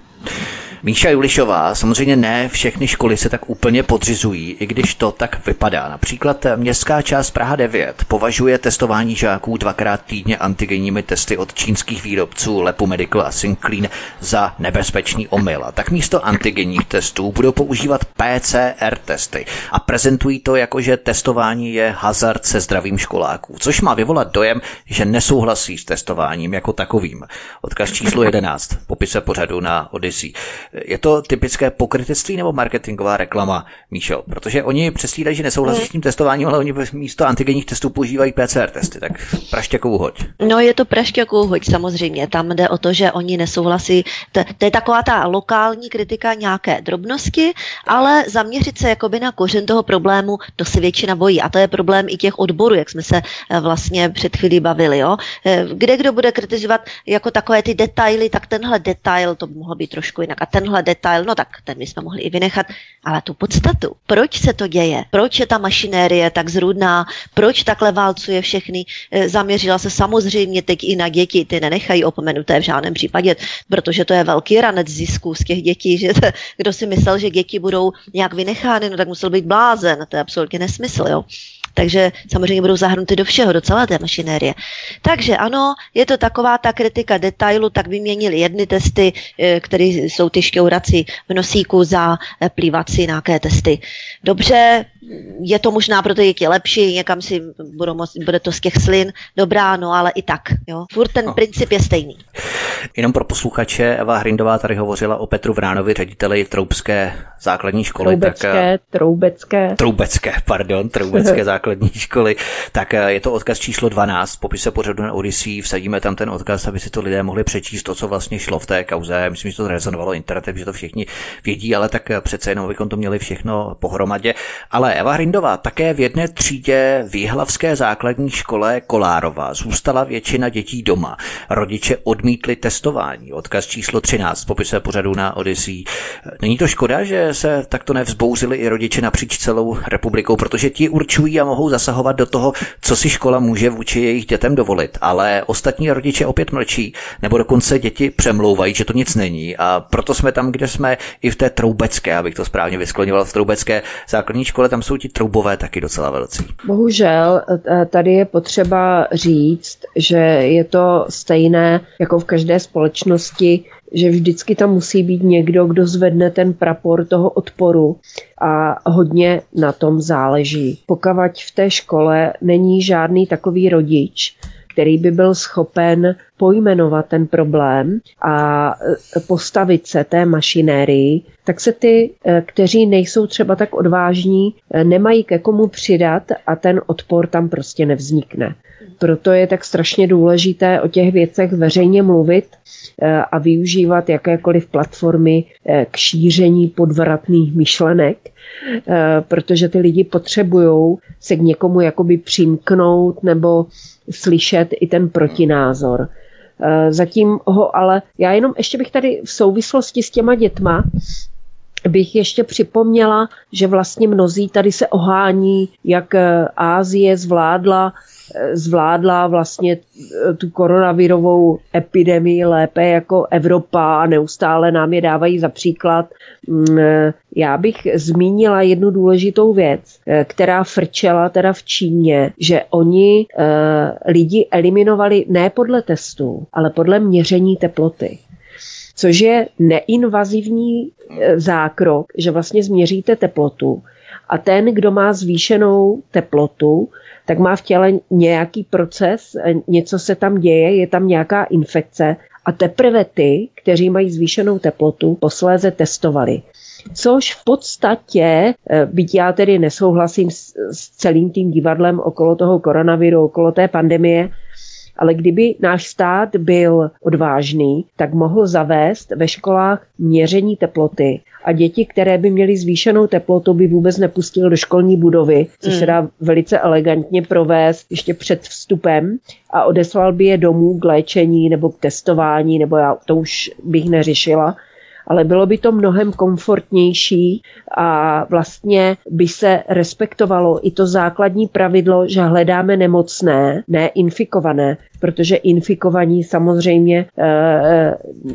Míša Julišová, samozřejmě ne všechny školy se tak úplně podřizují, i když to tak vypadá. Například městská část Praha devět považuje testování žáků dvakrát týdně antigenními testy od čínských výrobců Lepu Medical a Synclean za nebezpečný omyl. A tak místo antigenních testů budou používat P C R testy a prezentují to jako, že testování je hazard se zdravím školáků, což má vyvolat dojem, že nesouhlasí s testováním jako takovým. Odkaz číslo jedenáct, popise pořadu na Odyssey. Je to typické pokrytectví nebo marketingová reklama, Míšo? Protože oni předstírají, že nesouhlasí s tím testováním, ale oni místo antigenních testů používají P C R testy, tak prašťakou hoď. No je to prašťakou hoď samozřejmě, tam jde o to, že oni nesouhlasí, to, to je taková ta lokální kritika nějaké drobnosti, ale zaměřit se jakoby na kořen toho problému, to se většina bojí a to je problém i těch odborů, jak jsme se vlastně před chvílí bavili, jo. Kde kdo bude kritizovat jako takové ty detaily, tak tenhle detail, to by mohlo být trošku jinak a tenhle detail, no tak ten bychom mohli i vynechat, ale tu podstatu, proč se to děje, proč je ta mašinérie tak zrůdná, proč takhle válcuje všechny, zaměřila se samozřejmě teď i na děti, ty nenechají opomenuté v žádném případě, protože to je velký ranec zisků z těch dětí, že to, kdo si myslel, že děti budou nějak vynechány, no tak musel být blázen, to je absolutně nesmysl, jo. Takže samozřejmě budou zahrnuty do všeho, do celé té mašinérie. Takže ano, je to taková ta kritika detailu, tak vyměnili jedny testy, které jsou ty šťourací v nosíku za plývací nějaké testy. Dobře, je to možná pro ty děti lepší, někam si budou moc, bude to z těch slin, dobrá, no ale i tak, jo. Furt ten no. princip je stejný. Jenom pro posluchače, Eva Hrindová tady hovořila o Petru Vránovi, řediteli Troubské základní školy. Troubecké, tak, Troubecké. Troubecké, pardon, Troubecké základní školy. Tak je to odkaz číslo dvanáct, popise pořadu na Odyssey, vsadíme tam ten odkaz, aby si to lidé mohli přečíst, to, co vlastně šlo v té kauze. Myslím, že to rezonovalo internetem, že to všichni vědí, ale tak přece jenom bychom to měli všechno pohromadě. Ale Eva Hrindová také v jedné třídě v jihlavské základní škole Kolárova zůstala většina dětí doma. Rodiče odmítli testování. Odkaz číslo třináct, popise pořadu na Odyssey. Není to škoda, že se takto nevzbouřili i rodiče napříč celou republikou, protože ti určují a mohou zasahovat do toho, co si škola může vůči jejich dětem dovolit, ale ostatní rodiče opět mlčí, nebo dokonce děti přemlouvají, že to nic není a proto jsme tam, kde jsme i v té Troubecké, abych to správně vyskloňoval, v Troubecké základní škole, tam jsou ti troubové taky docela velcí. Bohužel tady je potřeba říct, že je to stejné jako v každé společnosti, že vždycky tam musí být někdo, kdo zvedne ten prapor toho odporu a hodně na tom záleží. Pokud v té škole není žádný takový rodič, který by byl schopen pojmenovat ten problém a postavit se té mašinérii, tak se ty, kteří nejsou třeba tak odvážní, nemají ke komu přidat a ten odpor tam prostě nevznikne. Proto je tak strašně důležité o těch věcech veřejně mluvit a využívat jakékoliv platformy k šíření podvratných myšlenek, protože ty lidi potřebují se k někomu jakoby přimknout nebo slyšet i ten protinázor. Zatím ho ale, já jenom ještě bych tady v souvislosti s těma dětma bych ještě připomněla, že vlastně mnozí tady se ohání, jak Asie zvládla zvládla vlastně tu koronavirovou epidemii lépe jako Evropa a neustále nám je dávají za příklad. Já bych zmínila jednu důležitou věc, která frčela teda v Číně, že oni lidi eliminovali ne podle testů, ale podle měření teploty. Což je neinvazivní zákrok, že vlastně změříte teplotu a ten, kdo má zvýšenou teplotu, tak má v těle nějaký proces, něco se tam děje, je tam nějaká infekce a teprve ty, kteří mají zvýšenou teplotu, posléze testovali. Což v podstatě, byť já tedy nesouhlasím s, s celým tím divadlem okolo toho koronaviru, okolo té pandemie, ale kdyby náš stát byl odvážný, tak mohl zavést ve školách měření teploty a děti, které by měly zvýšenou teplotu, by vůbec nepustil do školní budovy, což se dá velice elegantně provést ještě před vstupem a odeslal by je domů k léčení nebo k testování, nebo já to už bych neřešila. Ale bylo by to mnohem komfortnější a vlastně by se respektovalo i to základní pravidlo, že hledáme nemocné, ne infikované, protože infikovaní samozřejmě e,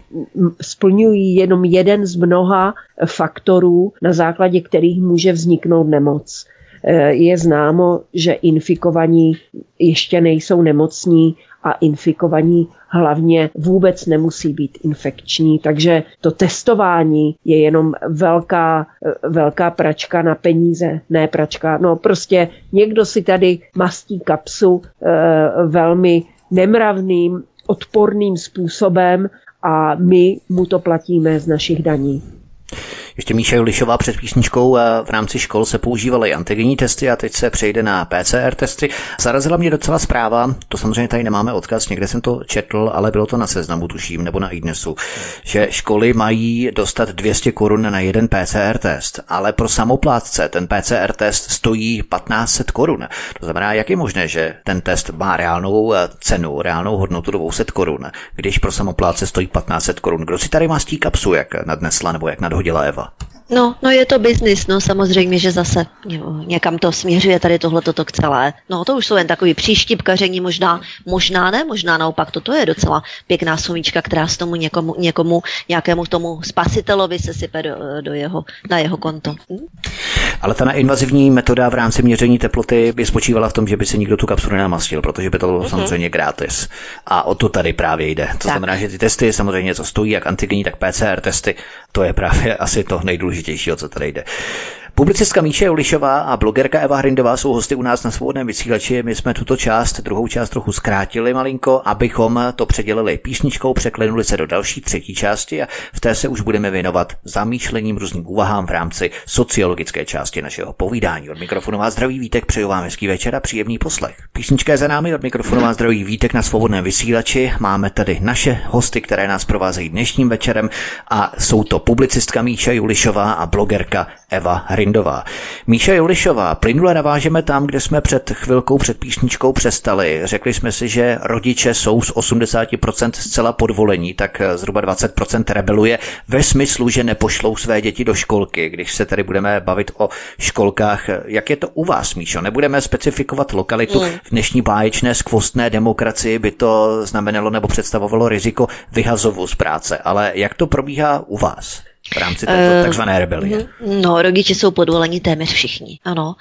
splňují jenom jeden z mnoha faktorů, na základě kterých může vzniknout nemoc. E, je známo, že infikovaní ještě nejsou nemocní a infikovaní hlavně vůbec nemusí být infekční, takže to testování je jenom velká, velká pračka na peníze, ne pračka, no prostě někdo si tady mastí kapsu e, velmi nemravným, odporným způsobem a my mu to platíme z našich daní. Ještě Míša Julišová před písničkou v rámci škol se používaly antigenní testy a teď se přejde na P C R testy. Zarazila mě docela zpráva, to samozřejmě tady nemáme odkaz, někde jsem to četl, ale bylo to na Seznamu, tuším, nebo na iDnesu, že školy mají dostat dvě stě korun na jeden P C R test, ale pro samoplátce ten P C R test stojí patnáct set korun. To znamená, jak je možné, že ten test má reálnou cenu, reálnou hodnotu dvě stě korun, když pro samoplátce stojí patnáct set korun. Kdo si tady mastí kapsu, jak nadnesla nebo jak nadhodila Eva? No, no je to biznis, no samozřejmě, že zase někam to směřuje tady tohleto to celé. No to už jsou jen takový příštipkaření, možná, možná ne, možná naopak, toto je docela pěkná sumička, která s tomu někomu, někomu, nějakému tomu spasitelovi se sype do, do jeho, na jeho konto. Hm? Ale ta neinvazivní metoda v rámci měření teploty by spočívala v tom, že by se nikdo tu kapsu nenamastil, protože by to bylo mm-hmm. samozřejmě gratis. A o to tady právě jde. To tak. Znamená, že ty testy samozřejmě něco stojí, jak antigenní, tak P C R testy, to je právě asi to nejdůležitější, o co tady jde. Publicistka Míša Julišová a blogerka Eva Hrindová jsou hosty u nás na Svobodném vysílači. My jsme tuto část, druhou část trochu zkrátili malinko, abychom to předělili písničkou, překlenuli se do další třetí části a v té se už budeme věnovat zamýšlením, různým úvahám v rámci sociologické části našeho povídání. Od mikrofonu vás zdraví Vítek, přeju vám hezký večer a příjemný poslech. Písnička je za námi, od mikrofonu vás zdraví Vítek na Svobodném vysílači. Máme tady naše hosty, které nás provázejí dnešním večerem a jsou to publicistka Míša Julišová a blogerka Eva Hrindová. Míša Julišová, plynule navážeme tam, kde jsme před chvilkou před písničkou přestali. Řekli jsme si, že rodiče jsou z osmdesát procent zcela podvolení, tak zhruba dvacet procent rebeluje ve smyslu, že nepošlou své děti do školky. Když se tady budeme bavit o školkách, jak je to u vás, Míšo? Nebudeme specifikovat lokalitu. V dnešní báječné skvostné demokracii by to znamenalo nebo představovalo riziko vyhazovu z práce, ale jak to probíhá u vás v rámci této takzvané rebelie? No, rodiče jsou podvoleni téměř všichni, ano.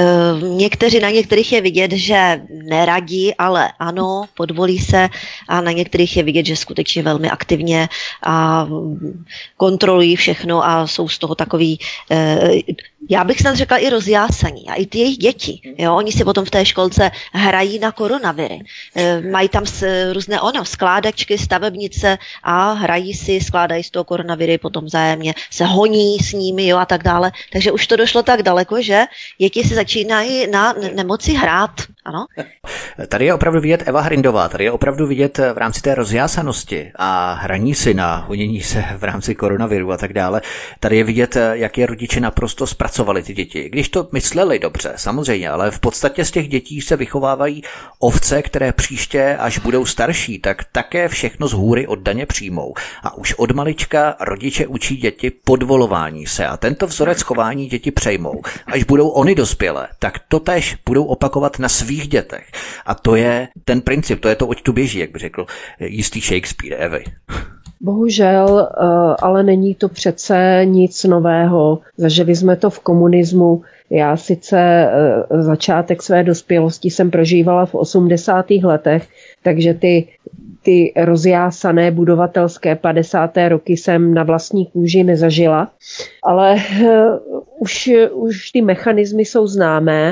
Někteří, na některých je vidět, že neradí, ale ano, podvolí se a na některých je vidět, že skutečně velmi aktivně a kontrolují všechno a jsou z toho takový, já bych snad řekla i rozjásaní a i ty jejich děti, jo, oni si potom v té školce hrají na koronaviry, mají tam různé ono, skládačky, stavebnice a hrají si, skládají z toho koronaviry, potom vzájemně se honí s nimi, jo, a tak dále, takže už to došlo tak daleko, že děti si začínají na nemoci hrát, ano. Tady je opravdu vidět Eva Hrindová, tady je opravdu vidět v rámci té rozjásanosti a hraní si na honění se v rámci koronaviru a tak dále. Tady je vidět, jak je rodiče naprosto zpracovali ty děti. Když to mysleli dobře, samozřejmě, ale v podstatě z těch dětí se vychovávají ovce, které příště, až budou starší, tak také všechno z hůry oddaně přijmou. A už od malička rodiče učí děti podvolování se a tento vzorec chování děti přejmou. Až budou oni dospělé, tak totéž budou opakovat na svých svých dětech. A to je ten princip, to je to, oč tu běží, jak by řekl jistý Shakespeare, Evy. Bohužel, ale není to přece nic nového. Zažili jsme to v komunismu. Já sice začátek své dospělosti jsem prožívala v osmdesátých letech, takže ty, ty rozjásané budovatelské padesáté roky jsem na vlastní kůži nezažila, ale už, už ty mechanismy jsou známé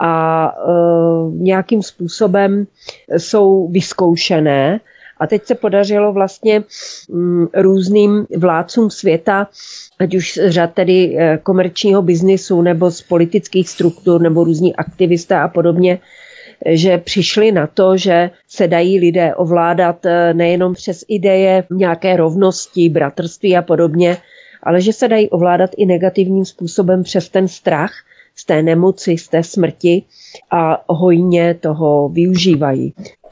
a uh, nějakým způsobem jsou vyzkoušené. A teď se podařilo vlastně m, různým vládcům světa, ať už z řad tedy komerčního biznisu nebo z politických struktur nebo různí aktivisté a podobně, že přišli na to, že se dají lidé ovládat nejenom přes ideje nějaké rovnosti, bratrství a podobně, ale že se dají ovládat i negativním způsobem přes ten strach z té nemoci, z té smrti a hojně toho využívají.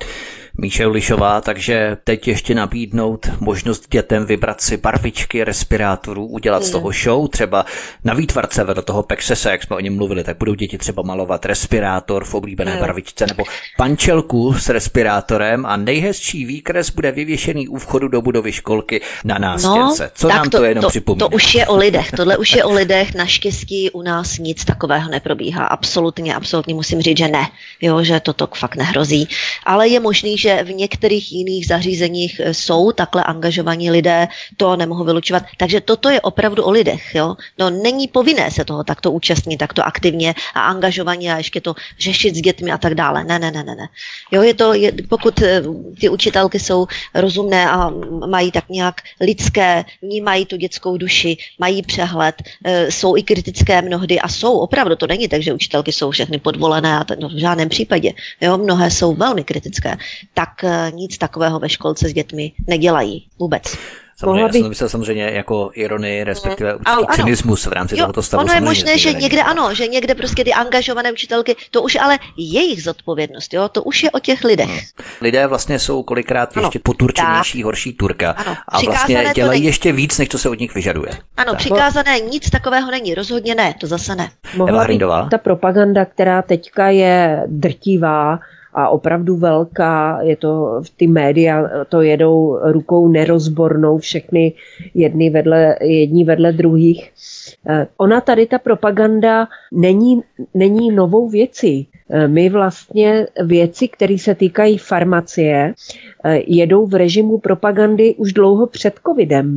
Míša Julišová, takže teď ještě nabídnout možnost dětem vybrat si barvičky respirátorů, udělat mm. z toho show, třeba na výtvarce vedle toho Pexese, jak jsme o něm mluvili, tak budou děti třeba malovat respirátor v oblíbené mm. barvičce nebo pančelku s respirátorem a nejhezčí výkres bude vyvěšený u vchodu do budovy školky na nástěnce. No, Co nám to, to jenom to, připomíná? To už je o lidech, tohle už je o lidech, naštěstí u nás nic takového neprobíhá. Absolutně, absolutně musím říct, že ne, jo, že toto fakt nehrozí, ale je možný, že v některých jiných zařízeních jsou takhle angažovaní lidé, to nemohu vylučovat. Takže toto je opravdu o lidech. Jo? No, není povinné se toho takto účastnit, takto aktivně a angažovaně a ještě to řešit s dětmi a tak dále. Ne, ne, ne, ne. Jo, je to, je, pokud ty učitelky jsou rozumné a mají tak nějak lidské, vnímají tu dětskou duši, mají přehled, jsou i kritické mnohdy a jsou opravdu, to není tak, že učitelky jsou všechny podvolené a to, no, v žádném případě. Jo, mnohé jsou velmi kritické. Tak nic takového ve školce s dětmi nedělají vůbec. Samozřejmě, já jsem myslel samozřejmě jako ironii, respektive určitý cynismus v rámci jo, tohoto stavu. Ono je možné, že někde ano, že někde prostě ty angažované učitelky, to už ale jejich zodpovědnost, jo, to už je o těch lidech. Hmm. Lidé vlastně jsou kolikrát ano, ještě poturčenější, tak, horší turka ano, a vlastně dělají ještě víc, než co se od nich vyžaduje. Ano, tak. Přikázané nic takového není, rozhodně ne, to zase ne. Mohla být ta propaganda, která teďka je drtivá, a opravdu velká, je to, ty média to jedou rukou nerozbornou, všechny jedny vedle, jedni vedle druhých. Ona tady, ta propaganda, není, není novou věcí. My vlastně věci, které se týkají farmacie, jedou v režimu propagandy už dlouho před covidem.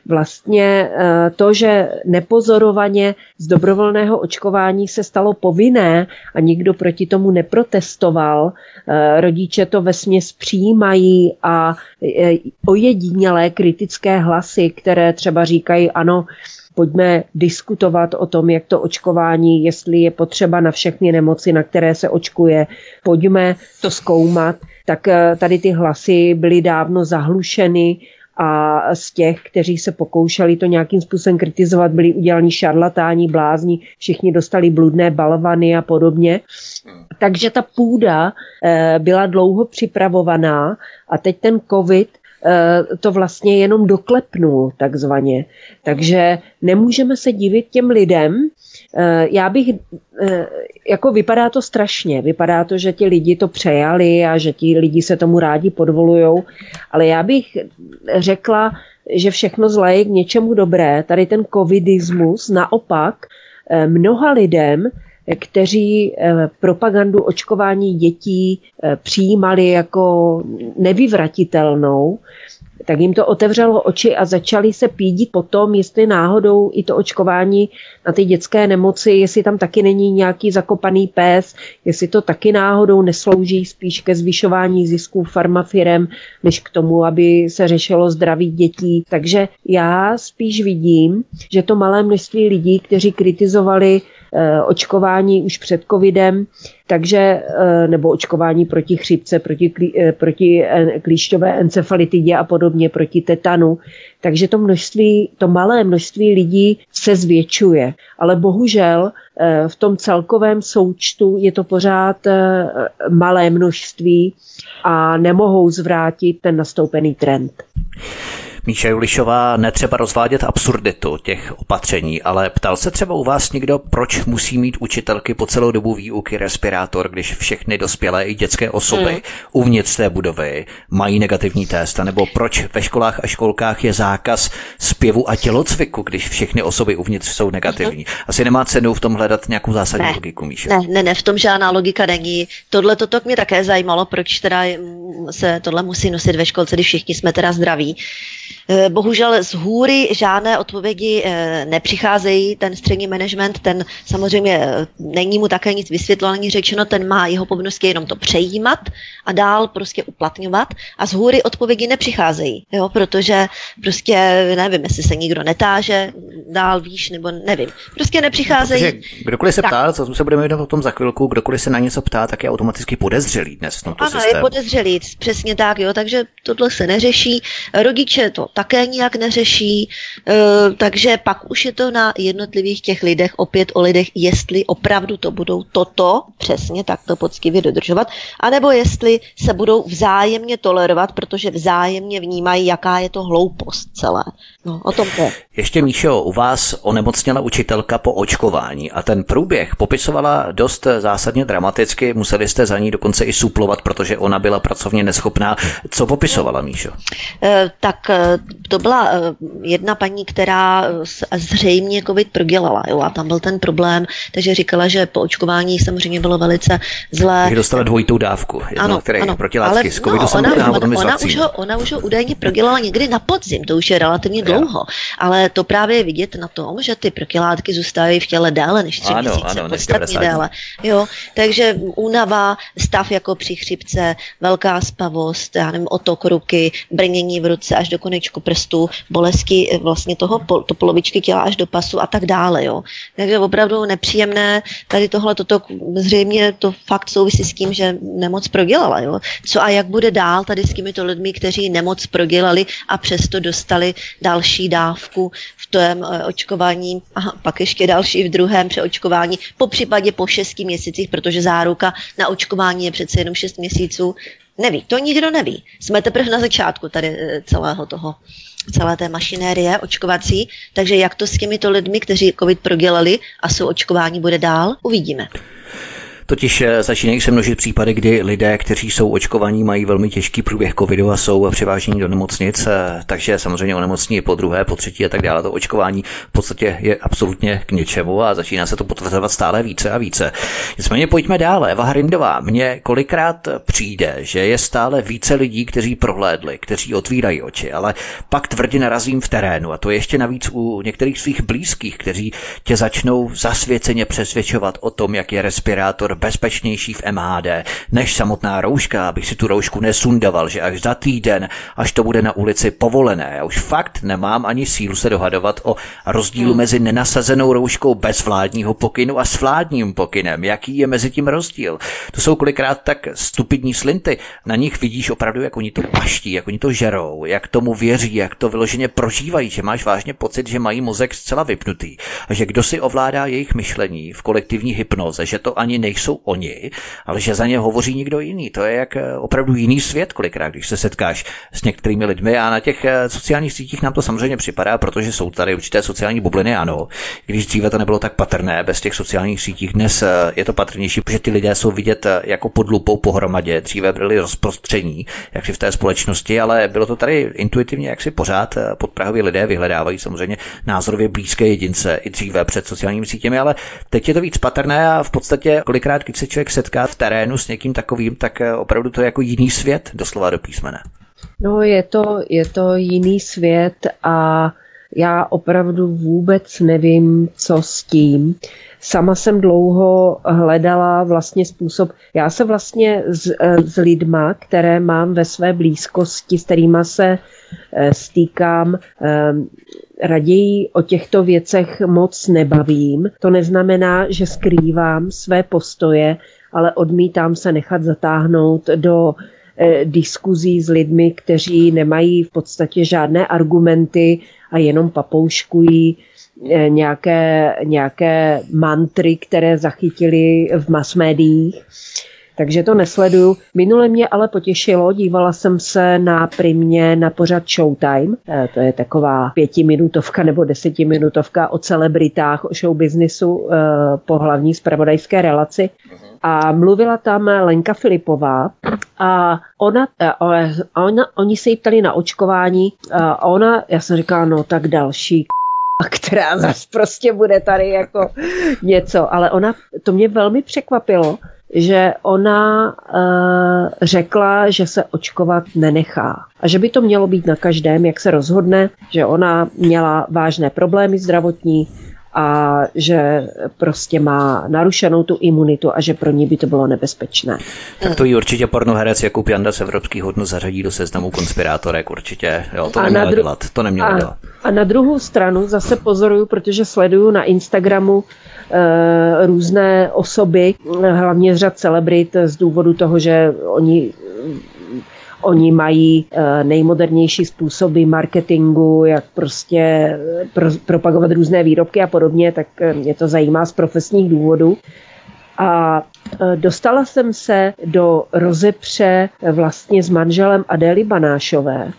Vlastně to, že nepozorovaně z dobrovolného očkování se stalo povinné a nikdo proti tomu neprotestoval, rodiče to vesměs přijímají a ojedinělé kritické hlasy, které třeba říkají ano, pojďme diskutovat o tom, jak to očkování, jestli je potřeba na všechny nemoci, na které se očkuje, pojďme to zkoumat, tak tady ty hlasy byly dávno zahlušeny a z těch, kteří se pokoušeli to nějakým způsobem kritizovat, byli udělaní šarlatáni, blázni, všichni dostali bludné balvany a podobně. Takže ta půda byla dlouho připravovaná a teď ten covid to vlastně jenom doklepnul takzvaně. Takže nemůžeme se divit těm lidem. Já bych, jako vypadá to strašně, vypadá to, že ti lidi to přejali a že ti lidi se tomu rádi podvolujou, ale já bych řekla, že všechno zlé je k něčemu dobré. Tady ten covidismus naopak mnoha lidem, kteří propagandu očkování dětí přijímali jako nevyvratitelnou, tak jim to otevřelo oči a začali se pídit po tom, jestli náhodou i to očkování na ty dětské nemoci, jestli tam taky není nějaký zakopaný pes, jestli to taky náhodou neslouží spíš ke zvyšování zisků farmafirem, než k tomu, aby se řešilo zdraví dětí. Takže já spíš vidím, že to malé množství lidí, kteří kritizovali očkování už před covidem, takže, nebo očkování proti chřipce, proti, proti klíšťové encefalitidě a podobně, proti tetanu. Takže to množství, to malé množství lidí se zvětšuje. Ale bohužel v tom celkovém součtu je to pořád malé množství a nemohou zvrátit ten nastoupený trend. Míša Julišová, netřeba rozvádět absurditu těch opatření, ale ptal se třeba u vás někdo, proč musí mít učitelky po celou dobu výuky respirátor, když všechny dospělé i dětské osoby hmm. uvnitř té budovy mají negativní test, nebo proč ve školách a školkách je zákaz zpěvu a tělocviku, když všechny osoby uvnitř jsou negativní. Asi nemá cenu v tom hledat nějakou zásadní ne, logiku, Míšo. Ne, ne, ne, v tom žádná logika není. Tohle toto mě také zajímalo, proč teda se tohle musí nosit ve školce, když všichni jsme teda zdraví. Bohužel z hůry žádné odpovědi nepřicházejí, ten střední management, ten samozřejmě není mu také nic vysvětleno, není řečeno, ten má jeho povinnosti jenom to přejímat a dál prostě uplatňovat a z hůry odpovědi nepřicházejí, jo, protože prostě nevím, jestli se nikdo netáže dál výš, nebo nevím, prostě nepřicházejí. No, kdokoliv se tak. ptá, co se budeme vědět o tom za chvilku, kdokoliv se na něco ptá, tak je automaticky podezřelý dnes v tomto ano, systému. Ano, je podezřelý, přesně tak, jo, takže tohle se neřeší, rodiče to také nijak neřeší, takže pak už je to na jednotlivých těch lidech, opět o lidech, jestli opravdu to budou toto přesně takto poctivě dodržovat, anebo jestli se budou vzájemně tolerovat, protože vzájemně vnímají, jaká je to hloupost celé. No, o tom to je. Ještě, Míšo, u vás onemocněla učitelka po očkování a ten průběh popisovala dost zásadně dramaticky, museli jste za ní dokonce i suplovat, protože ona byla pracovně neschopná. Co popisovala, Míšo? E, tak to byla jedna paní, která zřejmě covid prodělala, jo, a tam byl ten problém, takže říkala, že po očkování samozřejmě bylo velice zlé. Takže dostala dvojitou dávku, jedno, ano, které ano, protilátky z covidu no, samotného, ona, potom ona, už ho, ona už ho údajně prodělala někdy na podzim, to už je relativně dlouho, ale to právě je vidět na tom, že ty protilátky zůstávají v těle déle než tři ano, měsíce, ano, podstatně déle. Jo, takže únava, stav jako při chřipce, velká spavost, já nevím, otok ruky, brnění v ruce až do konečku prstů, bolesti vlastně toho, to polovičky těla až do pasu a tak dále, jo. Takže opravdu nepříjemné, tady tohle, toto zřejmě to fakt souvisí s tím, že nemoc prodělala, jo. Co a jak bude dál tady s těmito lidmi, kteří nemoc prodělali a přesto dostali další dávku v tom očkování a pak ještě další v druhém přeočkování, po případě po šesti měsících, protože záruka na očkování je přece jenom šest měsíců. Neví, to nikdo neví. Jsme teprve na začátku tady celého toho, celé té mašinérie očkovací, takže jak to s těmito lidmi, kteří covid prodělali a jsou očkování, bude dál, uvidíme. Totiž začínají se množit případy, kdy lidé, kteří jsou očkovaní, mají velmi těžký průběh covidu a jsou převážení do nemocnic, takže samozřejmě onemocní po druhé, po třetí a tak dále. To očkování v podstatě je absolutně k ničemu a začíná se to potvrzovat stále více a více. Nicméně pojďme dále. Eva Hrindová, mně kolikrát přijde, že je stále více lidí, kteří prohlédli, kteří otvírají oči, ale pak tvrdě narazím v terénu a to ještě navíc u některých svých blízkých, kteří tě začnou zasvěceně přesvědčovat o tom, jak je respirátor bezpečnější v M H D než samotná rouška, abych si tu roušku nesundoval, že až za týden, až to bude na ulici povolené. Já už fakt nemám ani sílu se dohadovat o rozdílu hmm. mezi nenasazenou rouškou bez vládního pokynu a s vládním pokynem. Jaký je mezi tím rozdíl? To jsou kolikrát tak stupidní slinty. Na nich vidíš opravdu, jak oni to paští, jak oni to žerou, jak tomu věří, jak to vyloženě prožívají, že máš vážně pocit, že mají mozek zcela vypnutý a že kdo si ovládá jejich myšlení v kolektivní hypnoze, že to ani nejsou oni, ale že za ně hovoří někdo jiný. To je jak opravdu jiný svět, kolikrát, když se setkáš s některými lidmi a na těch sociálních sítích nám to samozřejmě připadá, protože jsou tady určité sociální bubliny, ano. Když dříve to nebylo tak patrné, bez těch sociálních sítích dnes je to patrnější, protože ty lidé jsou vidět jako pod lupou pohromadě. Dříve byli rozprostření, jak si v té společnosti, ale bylo to tady intuitivně, jak si pořád podprahově lidé vyhledávají samozřejmě názorově blízké jedince i dříve před sociálními sítěmi, ale teď je to víc patrné a v podstatě kolikrát, když se člověk setká v terénu s někým takovým, tak opravdu to je jako jiný svět, doslova do písmene. No je to, je to jiný svět a já opravdu vůbec nevím, co s tím. Sama jsem dlouho hledala vlastně způsob, já se vlastně s, s lidma, které mám ve své blízkosti, s kterýma se stýkám, raději o těchto věcech moc nebavím. To neznamená, že skrývám své postoje, ale odmítám se nechat zatáhnout do eh, diskuzí s lidmi, kteří nemají v podstatě žádné argumenty a jenom papouškují eh, nějaké, nějaké mantry, které zachytili v mass médiích. takže to nesleduju. Minule mě ale potěšilo, dívala jsem se na Primě na pořad Showtime, to je taková pětiminutovka nebo desetiminutovka o celebritách, o showbiznisu po hlavní zpravodajské relaci. A mluvila tam Lenka Filipová a ona, a ona, oni se jí ptali na očkování a ona, já jsem říkala, no tak další k***a, která zase prostě bude tady jako něco, ale ona, to mě velmi překvapilo, že ona uh, řekla, že se očkovat nenechá a že by to mělo být na každém, jak se rozhodne, že ona měla vážné problémy zdravotní a že prostě má narušenou tu imunitu a že pro ní by to bylo nebezpečné. Tak to jí určitě pornoherec Jakub Janda z Evropských hodnot zařadí do seznamu konspirátorek určitě. Jo, to neměla dru- dělat. To neměla a, dělat. A na druhou stranu zase pozoruju, protože sleduju na Instagramu e, různé osoby, hlavně z řad celebrit, z důvodu toho, že oni Oni mají nejmodernější způsoby marketingu, jak prostě pro, propagovat různé výrobky a podobně, tak mě to zajímá z profesních důvodů. A dostala jsem se do rozepře vlastně s manželem Adély Banášové,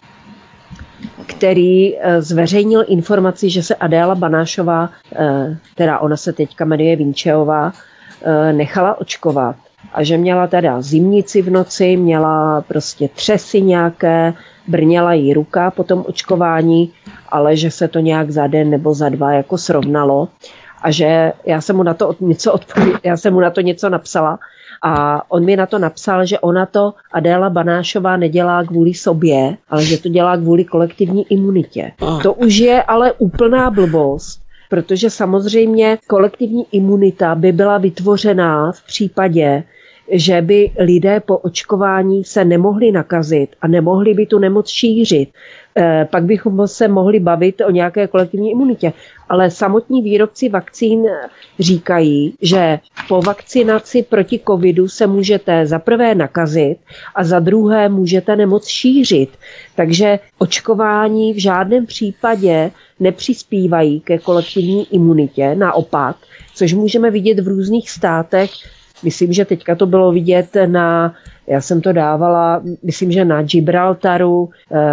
který zveřejnil informaci, že se Adéla Banášová, teda ona se teďka jmenuje Vinčeová, nechala očkovat. A že měla teda zimnici v noci, měla prostě třesy nějaké, brněla jí ruka po tom očkování, ale že se to nějak za den nebo za dva jako srovnalo. A že já jsem mu na to něco odpověd, já jsem mu na to něco napsala a on mi na to napsal, že ona to Adéla Banášová nedělá kvůli sobě, ale že to dělá kvůli kolektivní imunitě. To už je ale úplná blbost. Protože samozřejmě kolektivní imunita by byla vytvořená v případě, že by lidé po očkování se nemohli nakazit a nemohli by tu nemoc šířit. E, pak bychom se mohli bavit o nějaké kolektivní imunitě. Ale samotní výrobci vakcín říkají, že po vakcinaci proti covidu se můžete za prvé nakazit a za druhé můžete nemoc šířit. Takže očkování v žádném případě nepřispívají ke kolektivní imunitě, naopak, což můžeme vidět v různých státech. Myslím, že teďka to bylo vidět na, já jsem to dávala, myslím, že na Gibraltaru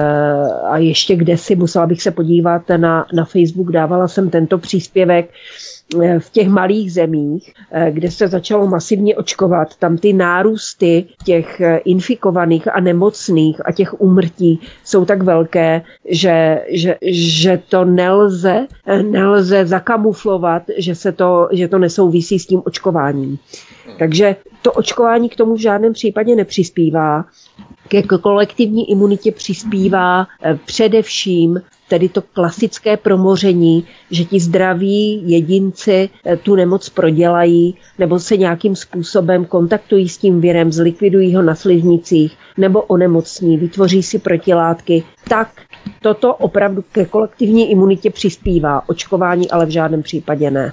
a ještě kdesi, musela bych se podívat na, na Facebook, dávala jsem tento příspěvek v těch malých zemích, kde se začalo masivně očkovat, tam ty nárůsty těch infikovaných a nemocných a těch úmrtí jsou tak velké, že, že, že to nelze, nelze zakamuflovat, že, se to, že to nesouvisí s tím očkováním. Takže to očkování k tomu v žádném případě nepřispívá. Ke kolektivní imunitě přispívá především tedy to klasické promoření, že ti zdraví jedinci tu nemoc prodělají nebo se nějakým způsobem kontaktují s tím virem, zlikvidují ho na sliznicích nebo onemocní, vytvoří si protilátky. Tak toto opravdu ke kolektivní imunitě přispívá, očkování ale v žádném případě ne.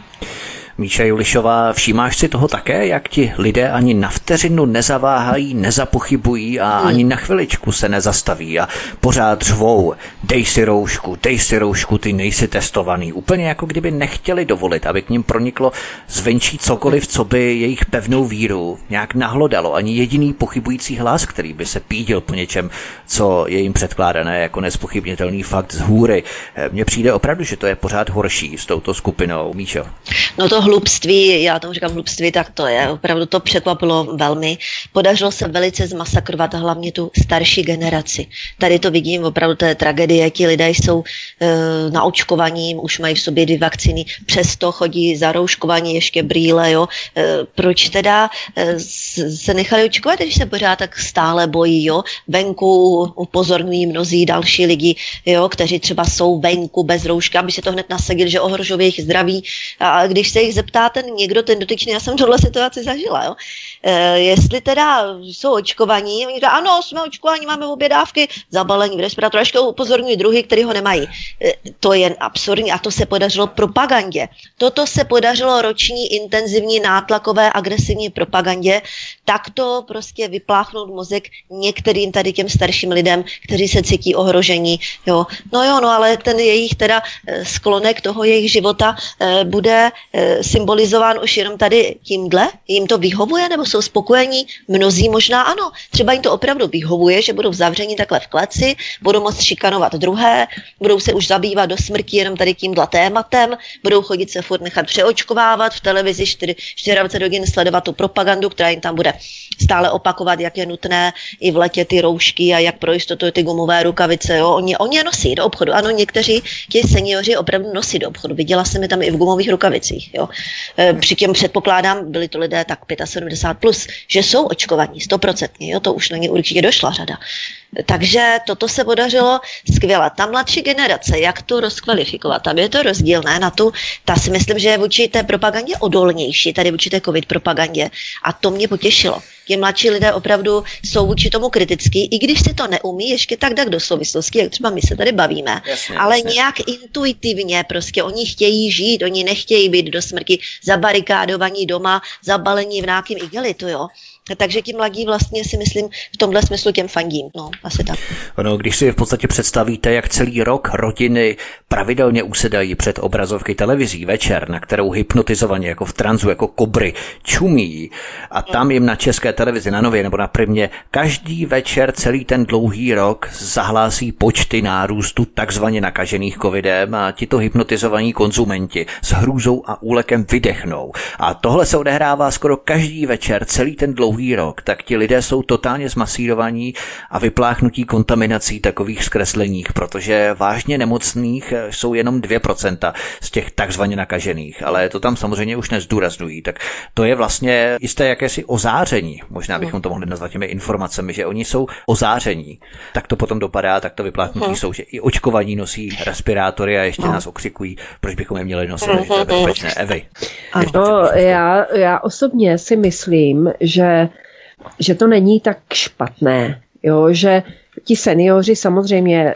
Míša Julišová, všímáš si toho také, jak ti lidé ani na vteřinu nezaváhají, nezapochybují a ani na chviličku se nezastaví a pořád řvou, dej si roušku, dej si roušku, ty nejsi testovaný. Úplně jako kdyby nechtěli dovolit, aby k ním proniklo zvenčí cokoliv, co by jejich pevnou víru nějak nahlodalo. Ani jediný pochybující hlas, který by se pídil po něčem, co je jim předkládané jako nezpochybnitelný fakt z hůry. Mně přijde opravdu, že to je pořád horší s touto skupinou. Míšo. No to hlupství, já tomu říkám hlupství, tak to je, opravdu to překvapilo velmi. Podařilo se velice zmasakrovat hlavně tu starší generaci. Tady to vidím, opravdu to je tragédie, ti lidé jsou e, naočkovaní, už mají v sobě dvě vakcíny, přesto chodí za rouškování ještě brýle, jo. E, proč teda e, se nechali očkovat, když se pořád tak stále bojí, jo. Venku upozorňují mnozí další lidi, jo, kteří třeba jsou venku bez roušky, aby se to hned nasadili, že ohrožují jejich zdraví. A když se jich zeptá ten někdo, ten dotyčný, já jsem tohle situaci zažila, jo. E, jestli teda jsou očkovaní, oni říkají, ano, jsme očkovaní, máme obě dávky, zabalení v respirátoru, ještě upozorňují druhý, který ho nemají. E, to je absurdní a to se podařilo propagandě. Toto se podařilo roční intenzivní nátlakové agresivní propagandě, tak to prostě vypláchnout mozek některým tady těm starším lidem, kteří se cítí ohrožení, jo. No jo, no ale ten jejich teda sklonek toho jejich života e, bude e, symbolizován už jenom tady tímhle? Jim to vyhovuje nebo jsou spokojení? Mnozí možná ano. Třeba jim to opravdu vyhovuje, že budou zavření takhle v kleci, budou moct šikanovat druhé, budou se už zabývat do smrti jenom tady tímhle tématem, budou chodit se furt nechat přeočkovávat v televizi dvacet čtyři hodin, sledovat tu propagandu, která jim tam bude stále opakovat, jak je nutné i v letě ty roušky a jak pro jistotu ty gumové rukavice. Jo. Oni, oni je nosí do obchodu. Ano, někteří ti seniori opravdu nosí do obchodu. Viděla jsem je tam i v gumových rukavicích. Jo. E, přitom předpokládám, byli to lidé tak sedmdesát pět plus, že jsou očkovaní stoprocentně. To už na ně určitě došla řada. Takže toto se podařilo skvěle. Ta mladší generace, jak to rozkvalifikovat? Tam je to rozdílné na tu, ta si myslím, že je vůči té propagandě odolnější, tady vůči té covid propagandě. A to mě potěšilo. Ti mladší lidé opravdu jsou vůči tomu kritický, i když si to neumí ještě tak dát do souvislosti, jak třeba my se tady bavíme. Jasně, ale jasně. Nějak intuitivně prostě oni chtějí žít, oni nechtějí být do smrti zabarikádovaní doma, zabalení v nějakém igelitu, jo. Takže ti mladí vlastně si myslím v tomhle smyslu těm fandím. No, asi tak. No, když si v podstatě představíte, jak celý rok rodiny pravidelně usedají před obrazovky televizí večer, na kterou hypnotizovaně jako v tranzu, jako kobry čumí a tam jim na České televizi, na Nově nebo na Primě každý večer celý ten dlouhý rok zahlásí počty nárůstu takzvaně nakažených covidem a tito hypnotizovaní konzumenti s hrůzou a úlekem vydechnou. A tohle se odehrává skoro každý večer celý ten dlouhý rok, tak ti lidé jsou totálně zmasírovaní a vypláchnutí kontaminací takových zkresleních, protože vážně nemocných jsou jenom dvě procenta z těch takzvaně nakažených, ale to tam samozřejmě už nezdůrazňují. Tak to je vlastně jisté jakési ozáření, možná bychom to mohli nazvat těmi informacemi, že oni jsou ozáření. Tak to potom dopadá, tak to vypláchnutí uh-huh. jsou, že i očkovaní nosí respirátory a ještě uh-huh. nás okřikují, proč bychom je měli nosit, uh-huh. že to je bezpečné. Evy. Ano, já, já osobně si myslím, že že to není tak špatné, jo, že ti seniori samozřejmě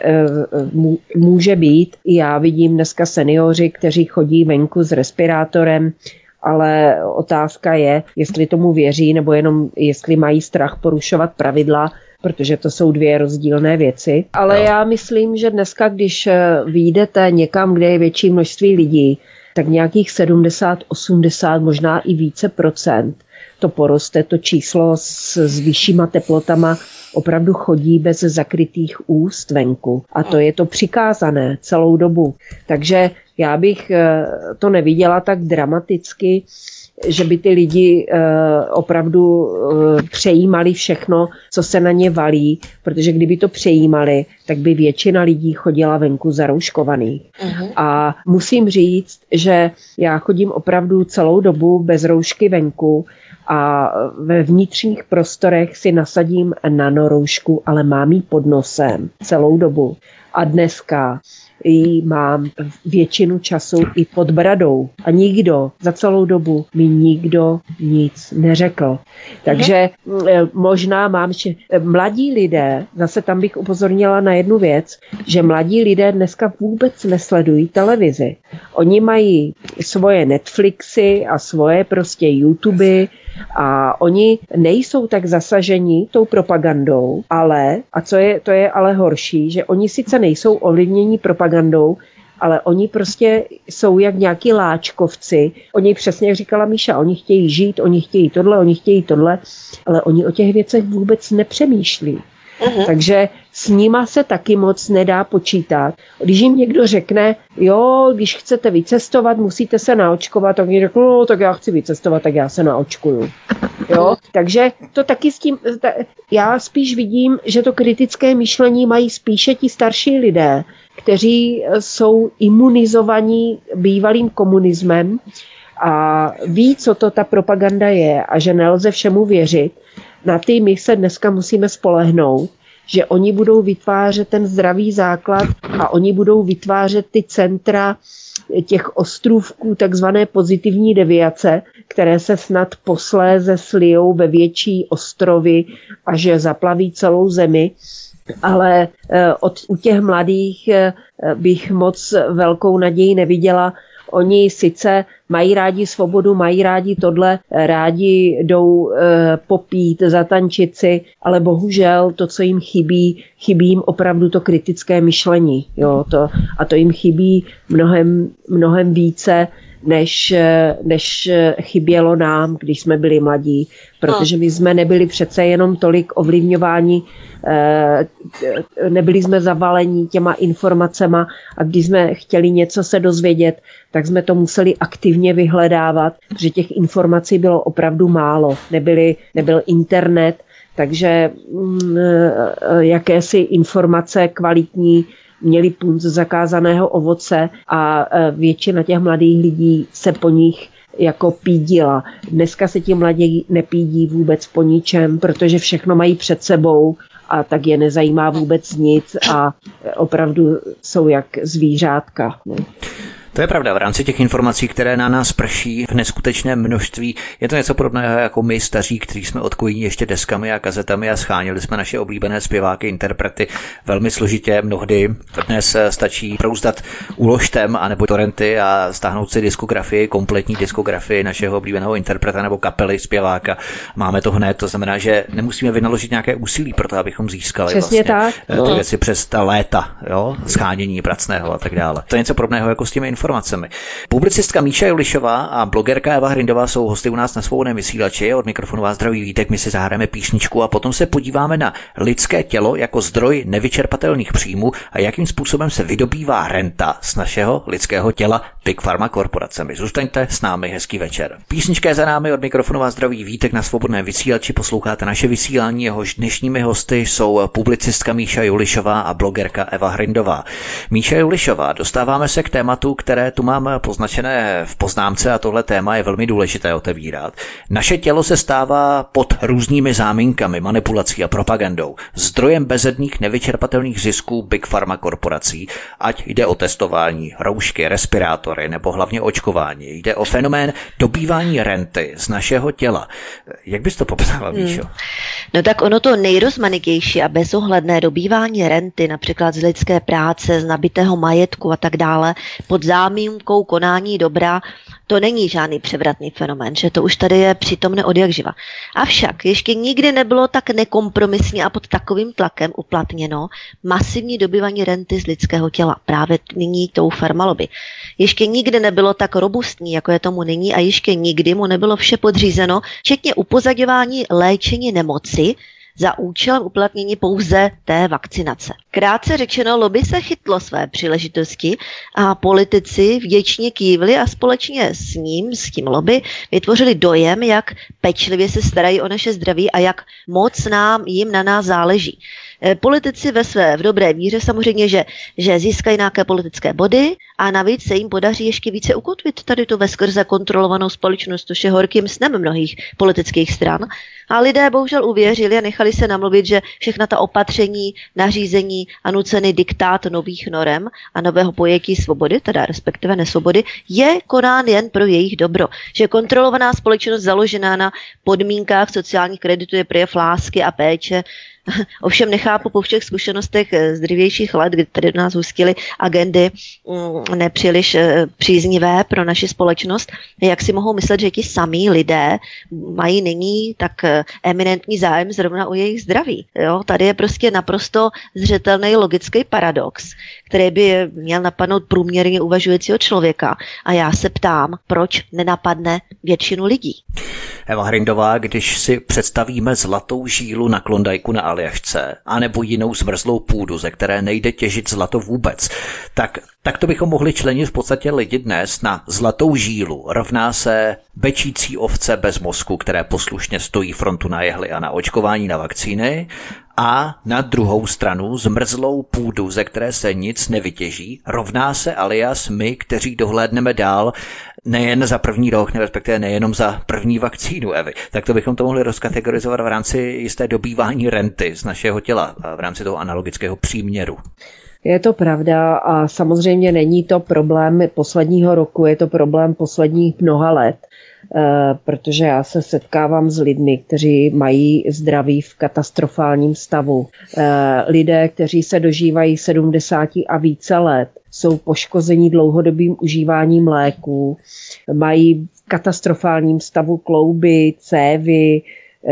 může být, i já vidím dneska seniori, kteří chodí venku s respirátorem, ale otázka je, jestli tomu věří, nebo jenom jestli mají strach porušovat pravidla, protože to jsou dvě rozdílné věci. Ale no. Já myslím, že dneska, když vyjdete někam, kde je větší množství lidí, tak nějakých sedmdesát, osmdesát, možná i více procent to poroste, to číslo s, s vyššíma teplotama opravdu chodí bez zakrytých úst venku. A to je to přikázané celou dobu. Takže já bych to neviděla tak dramaticky, že by ty lidi uh, opravdu uh, přejímali všechno, co se na ně valí, protože kdyby to přejímali, tak by většina lidí chodila venku zarouškovaných. Uh-huh. A musím říct, že já chodím opravdu celou dobu bez roušky venku a ve vnitřních prostorech si nasadím nanoroušku, ale mám ji pod nosem celou dobu. A dneska ji mám většinu času i pod bradou. A nikdo, za celou dobu mi nikdo nic neřekl. Takže možná mám, že mladí lidé, zase tam bych upozornila na jednu věc, že mladí lidé dneska vůbec nesledují televizi. Oni mají svoje Netflixy a svoje prostě YouTube a oni nejsou tak zasaženi tou propagandou, ale, a co je, to je ale horší, že oni sice nejsou ovlivněni propagandou, ale oni prostě jsou jak nějaký láčkovci. Oni přesně, jak říkala Míša, oni chtějí žít, oni chtějí tohle, oni chtějí tohle, ale oni o těch věcech vůbec nepřemýšlí. Uhum. Takže s nima se taky moc nedá počítat. Když jim někdo řekne, jo, když chcete vycestovat, musíte se naočkovat, tak oni řeknou, no, tak já chci vycestovat, tak já se naočkuju. Jo? Takže to taky s tím, ta, já spíš vidím, že to kritické myšlení mají spíše ti starší lidé, kteří jsou imunizovaní bývalým komunismem a ví, co to ta propaganda je a že nelze všemu věřit. Na ty my se dneska musíme spolehnout, že oni budou vytvářet ten zdravý základ a oni budou vytvářet ty centra těch ostrůvků, takzvané pozitivní deviace, které se snad posléze slijou ve větší ostrovy a že zaplaví celou zemi. Ale od, u těch mladých bych moc velkou naději neviděla. Oni sice mají rádi svobodu, mají rádi tohle, rádi jdou e, popít, zatančit si, ale bohužel to, co jim chybí, chybí jim opravdu to kritické myšlení. Jo, to, a to jim chybí mnohem, mnohem více, než, než chybělo nám, když jsme byli mladí, protože my jsme nebyli přece jenom tolik ovlivňováni, nebyli jsme zavaleni těma informacema a když jsme chtěli něco se dozvědět, tak jsme to museli aktivně vyhledávat, protože těch informací bylo opravdu málo. Nebyly, nebyl internet, takže jakési informace kvalitní měli punc zakázaného ovoce a většina těch mladých lidí se po nich jako pídila. Dneska se ti mladí nepídí vůbec po ničem, protože všechno mají před sebou a tak je nezajímá vůbec nic a opravdu jsou jak zvířátka. Ne? To je pravda, v rámci těch informací, které na nás prší v neskutečném množství, je to něco podobného jako my staří, kteří jsme odkojení ještě deskami a kazetami a schánili jsme naše oblíbené zpěváky, interprety velmi složitě. Mnohdy dnes stačí prouzdat úložtem anebo torrenty a stáhnout si diskografii, kompletní diskografii našeho oblíbeného interpreta nebo kapely, zpěváka. Máme to hned, to znamená, že nemusíme vynaložit nějaké úsilí pro to, abychom získali Přesně vlastně tak. ty věci přes ta léta, jo, schánění pracného a tak dále. To je něco podobného jako s těmi informacemi. Publicistka Míša Julišová a blogerka Eva Hrindová jsou hosty u nás na Svobodném vysílači. Od mikrofonu vás zdraví Vítek, my si zahrajeme písničku a potom se podíváme na lidské tělo jako zdroj nevyčerpatelných příjmů a jakým způsobem se vydobývá renta z našeho lidského těla Big Pharma korporacemi. Zůstaňte s námi, hezký večer. Písnička je za námi, od mikrofonu vás zdraví Vítek na Svobodném vysílači. Posloucháte naše vysílání, jehož dnešními hosty jsou publicistka Míša Julišová a blogerka Eva Hrindová. Míša Julišová, dostáváme se k tématu, které tu mám poznačené v poznámce a tohle téma je velmi důležité otevírat. Naše tělo se stává pod různými záminkami, manipulací a propagandou zdrojem bezedných nevyčerpatelných zisků Big Pharma korporací, ať jde o testování, roušky, respirátory nebo hlavně očkování. Jde o fenomén dobývání renty z našeho těla. Jak bys to popsala, Míšo? Hmm. No tak ono to nejrozmanitější a bezohledné dobývání renty, například z lidské práce, z nabitého majetku a tak dále, pod zámínkou konání dobra, to není žádný převratný fenomén, že to už tady je přítomné od jak živa. Avšak ještě nikdy nebylo tak nekompromisně a pod takovým tlakem uplatněno masivní dobývání renty z lidského těla. Právě nyní tou farmalobby. Ještě nikdy nebylo tak robustní, jako je tomu nyní, a ještě nikdy mu nebylo vše podřízeno, včetně upozaďování léčení nemoci za účelem uplatnění pouze té vakcinace. Krátce řečeno, lobby se chytlo své příležitosti a politici vděčně kývli a společně s ním, s tím lobby, vytvořili dojem, jak pečlivě se starají o naše zdraví a jak moc nám jim na nás záleží. Politici ve své v dobré víře samozřejmě, že, že získají nějaké politické body a navíc se jim podaří ještě více ukotvit tady tu veskrze kontrolovanou společnost, což je horkým snem mnohých politických stran. A lidé bohužel uvěřili a nechali se namluvit, že všechna ta opatření, nařízení a nucený diktát nových norem a nového pojetí svobody, teda respektive nesvobody, je konán jen pro jejich dobro. Že kontrolovaná společnost založená na podmínkách sociálních kreditů je prý lásky a péče. Ovšem nechápu po všech zkušenostech z dřívějších let, kdy tady do nás hustily agendy nepříliš příznivé pro naši společnost, jak si mohou myslet, že ti samí lidé mají nyní tak eminentní zájem zrovna o jejich zdraví. Jo? Tady je prostě naprosto zřetelný logický paradox, který by měl napadnout průměrně uvažujícího člověka. A já se ptám, proč nenapadne většinu lidí. Eva Hrindová, když si představíme zlatou žílu na Klondajku na Aljašce, anebo jinou zmrzlou půdu, ze které nejde těžit zlato vůbec, tak, tak to bychom mohli členit v podstatě lidi dnes na zlatou žílu. Rovná se bečící ovce bez mozku, které poslušně stojí frontu na jehly a na očkování na vakcíny, a na druhou stranu zmrzlou půdu, ze které se nic nevytěží, rovná se alias my, kteří dohlédneme dál nejen za první rok, respektive nejenom za první vakcínu, Evy. Tak to bychom to mohli rozkategorizovat v rámci jisté dobývání renty z našeho těla, v rámci toho analogického příměru. Je to pravda a samozřejmě není to problém posledního roku, je to problém posledních mnoha let, protože já se setkávám s lidmi, kteří mají zdraví v katastrofálním stavu. Lidé, kteří se dožívají sedmdesát a více let, jsou poškození dlouhodobým užíváním léků, mají v katastrofálním stavu klouby, cévy,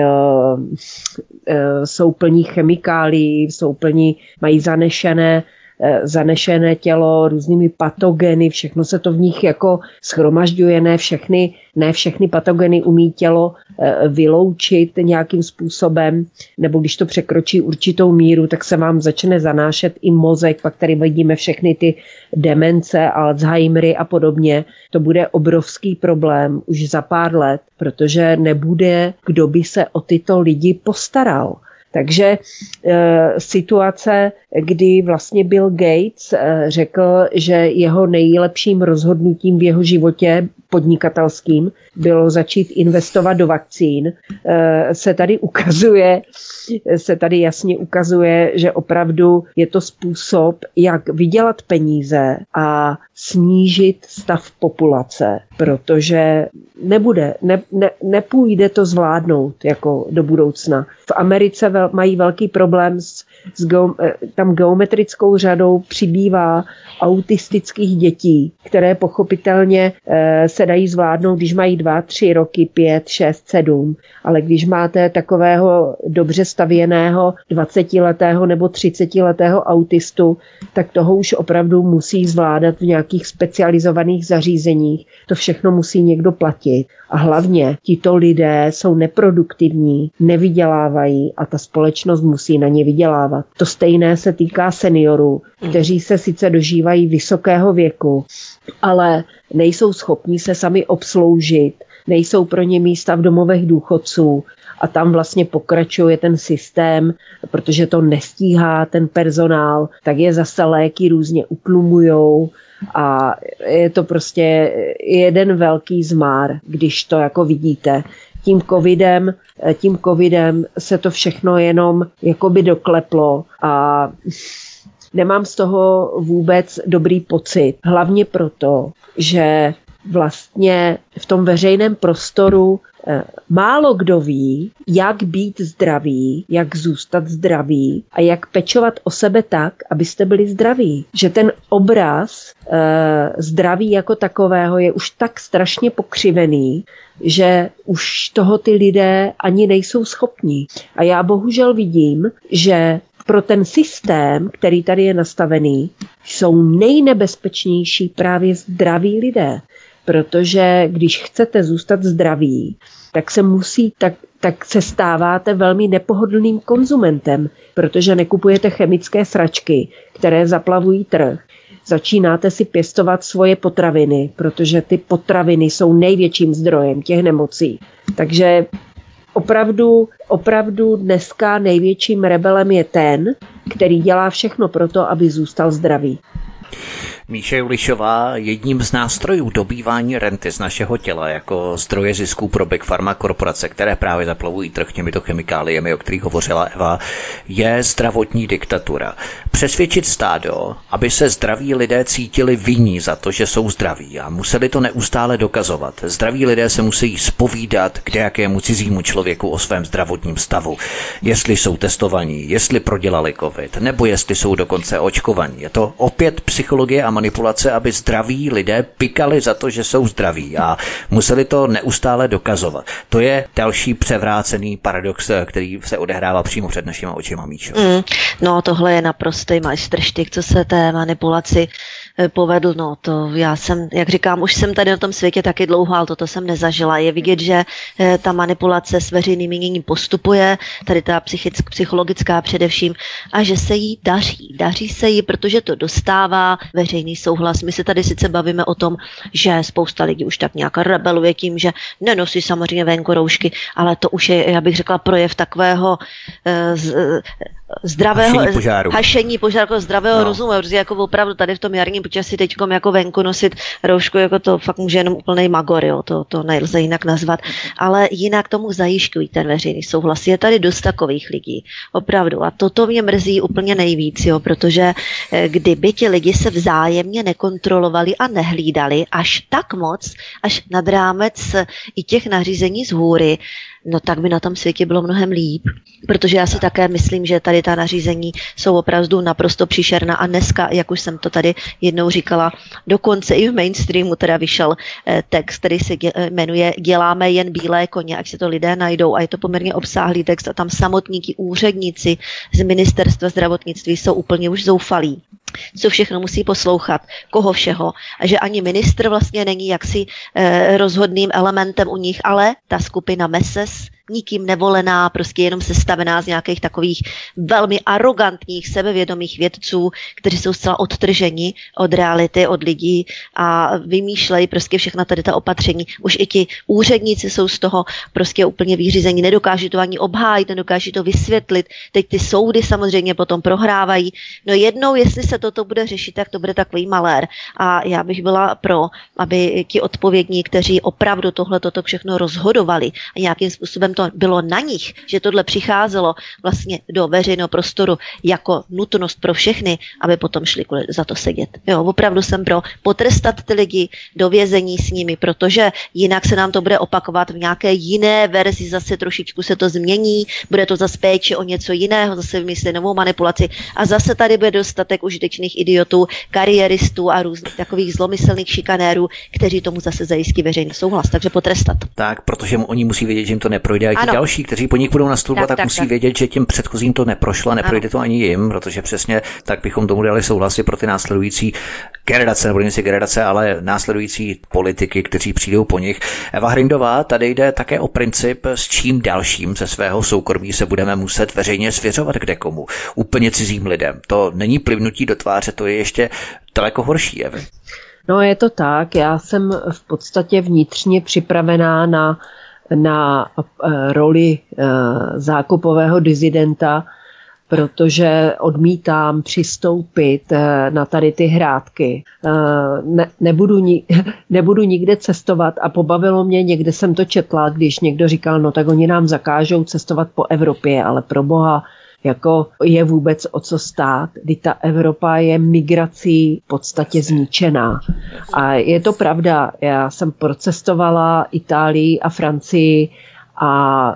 jsou plní chemikálií, jsou plní, mají zanešené zanešené tělo různými patogeny, všechno se to v nich jako shromažďuje, ne všechny, ne všechny patogeny umí tělo vyloučit nějakým způsobem, nebo když to překročí určitou míru, tak se vám začne zanášet i mozek, pak tady vidíme všechny ty demence, Alzheimery a podobně. To bude obrovský problém už za pár let, protože nebude, kdo by se o tyto lidi postaral. Takže e, situace, kdy vlastně Bill Gates e, řekl, že jeho nejlepším rozhodnutím v jeho životě podnikatelským bylo začít investovat do vakcín, e, se tady ukazuje, se tady jasně ukazuje, že opravdu je to způsob, jak vydělat peníze a snížit stav populace, protože nebude, ne, ne, nepůjde to zvládnout jako do budoucna. V Americe vel, mají velký problém s, s geo, tam geometrickou řadou přibývá autistických dětí, které pochopitelně e, se dají zvládnout, když mají dva, tři roky, pět, šest, sedm, ale když máte takového dobře stavěného dvacetiletého nebo třicetiletého autistu, tak toho už opravdu musí zvládat v nějakých specializovaných zařízeních. To všechno musí někdo platit. A hlavně tito lidé jsou neproduktivní, nevydělávají a ta společnost musí na ně vydělávat. To stejné se týká seniorů, kteří se sice dožívají vysokého věku, ale nejsou schopni se sami obsloužit, nejsou pro ně místa v domovech důchodců a tam vlastně pokračuje ten systém, protože to nestíhá ten personál, tak je zase léky různě utlumujou a je to prostě jeden velký zmár, když to jako vidíte. Tím covidem, tím covidem se to všechno jenom jakoby dokleplo a nemám z toho vůbec dobrý pocit. Hlavně proto, že vlastně v tom veřejném prostoru málo kdo ví, jak být zdravý, jak zůstat zdravý a jak pečovat o sebe tak, abyste byli zdraví. Že ten obraz e, zdraví jako takového je už tak strašně pokřivený, že už toho ty lidé ani nejsou schopní. A já bohužel vidím, že pro ten systém, který tady je nastavený, jsou nejnebezpečnější právě zdraví lidé. Protože když chcete zůstat zdraví, tak se musí, tak, tak se stáváte velmi nepohodlným konzumentem, protože nekupujete chemické sračky, které zaplavují trh. Začínáte si pěstovat svoje potraviny, protože ty potraviny jsou největším zdrojem těch nemocí. Takže opravdu, opravdu dneska největším rebelem je ten, který dělá všechno pro to, aby zůstal zdravý. Míša Julišová, jedním z nástrojů dobývání renty z našeho těla jako zdroje zisků pro Big Pharma korporace, které právě zaplavují trh těmito chemikáliemi, o kterých hovořila Eva, je zdravotní diktatura. Přesvědčit stádo, aby se zdraví lidé cítili vinní za to, že jsou zdraví a museli to neustále dokazovat. Zdraví lidé se musí zpovídat kde jakému cizímu člověku o svém zdravotním stavu. Jestli jsou testovaní, jestli prodělali covid, nebo jestli jsou dokonce očkovaní. Je to opět psychologie a manipulace, aby zdraví lidé pikali za to, že jsou zdraví a museli to neustále dokazovat. To je další převrácený paradox, který se odehrává přímo před našima očima, Míšo. Mm, no tohle je naprostý majstrštyk, co se té manipulaci povedl. No to já jsem, jak říkám, už jsem tady na tom světě taky dlouho, ale toto jsem nezažila. Je vidět, že ta manipulace s veřejným míněním postupuje, tady ta psychick, psychologická především, a že se jí daří. Daří se jí, protože to dostává veřejný souhlas. My se tady sice bavíme o tom, že spousta lidí už tak nějak rebeluje tím, že nenosí samozřejmě venku roušky, ale to už je, já bych řekla, projev takového z, zdravého hašení požáru, hašení požáru jako zdravého no. rozumu, protože jako opravdu tady v tom jarním počasí teďkom jako venku nosit roušku, jako to fakt může jenom úplnej magor, jo, to, to nelze jinak nazvat, ale jinak tomu zajišťují ten veřejný souhlas. Je tady dost takových lidí, opravdu, a toto mě mrzí úplně nejvíc, jo, protože kdyby ti lidi se vzájemně nekontrolovali a nehlídali až tak moc, až nad rámec i těch nařízení z hůry, no tak by na tom světě bylo mnohem líp. Protože já si také myslím, že tady ta nařízení jsou opravdu naprosto příšerná a dneska, jak už jsem to tady jednou říkala, dokonce i v mainstreamu teda vyšel eh, text, který se jmenuje Děláme jen bílé koně, ať si to lidé najdou, a je to poměrně obsáhlý text a tam samotníky úředníci z ministerstva zdravotnictví jsou úplně už zoufalí, co všechno musí poslouchat, koho všeho, a že ani ministr vlastně není jaksi eh, rozhodným elementem u nich, ale ta skupina M E S E S, nikým nevolená, prostě jenom sestavená z nějakých takových velmi arrogantních, sebevědomých vědců, kteří jsou zcela odtrženi od reality, od lidí a vymýšlejí prostě všechna tady ta opatření. Už i ti úředníci jsou z toho prostě úplně vyřízení, nedokáží to ani obhájit, nedokáží to vysvětlit. Teď ty soudy samozřejmě potom prohrávají. No jednou, jestli se toto bude řešit, tak to bude takový malér. A já bych byla pro, aby ti odpovědní, kteří opravdu tohle toto všechno rozhodovali a nějakým způsobem to bylo na nich, že tohle přicházelo vlastně do veřejného prostoru jako nutnost pro všechny, aby potom šli za to sedět. Jo, opravdu jsem pro potrestat ty lidi, do vězení s nimi, protože jinak se nám to bude opakovat v nějaké jiné verzi, zase trošičku se to změní, bude to zase péče o něco jiného, zase vymyslí novou manipulaci a zase tady bude dostatek užitečných idiotů, kariéristů a různých takových zlomyslných šikanérů, kteří tomu zase zajistí veřejný souhlas, takže potrestat. Tak, protože oni musí vědět, že jim to neprojde. A ti další, kteří po nich budou nastupovat, tak, tak musí tak. vědět, že těm předchozím to neprošlo, neprojde ano. to ani jim, protože přesně tak bychom tomu dali souhlasy pro ty následující generace, nebo si generace, ale následující politiky, kteří přijdou po nich. Eva Hrindová, tady jde také o princip, s čím dalším ze svého soukromí se budeme muset veřejně svěřovat kdekomu. Úplně cizím lidem. To není plivnutí do tváře, to je ještě daleko horší, Evy. No je to tak, já jsem v podstatě vnitřně připravená na na roli zákopového disidenta, protože odmítám přistoupit na tady ty hrátky. Ne, nebudu, ni, nebudu nikde cestovat a pobavilo mě, někde jsem to četla, když někdo říkal, no tak oni nám zakážou cestovat po Evropě, ale pro boha, jako je vůbec o co stát, kdy ta Evropa je migrací v podstatě zničená. A je to pravda, já jsem procestovala Itálii a Francii a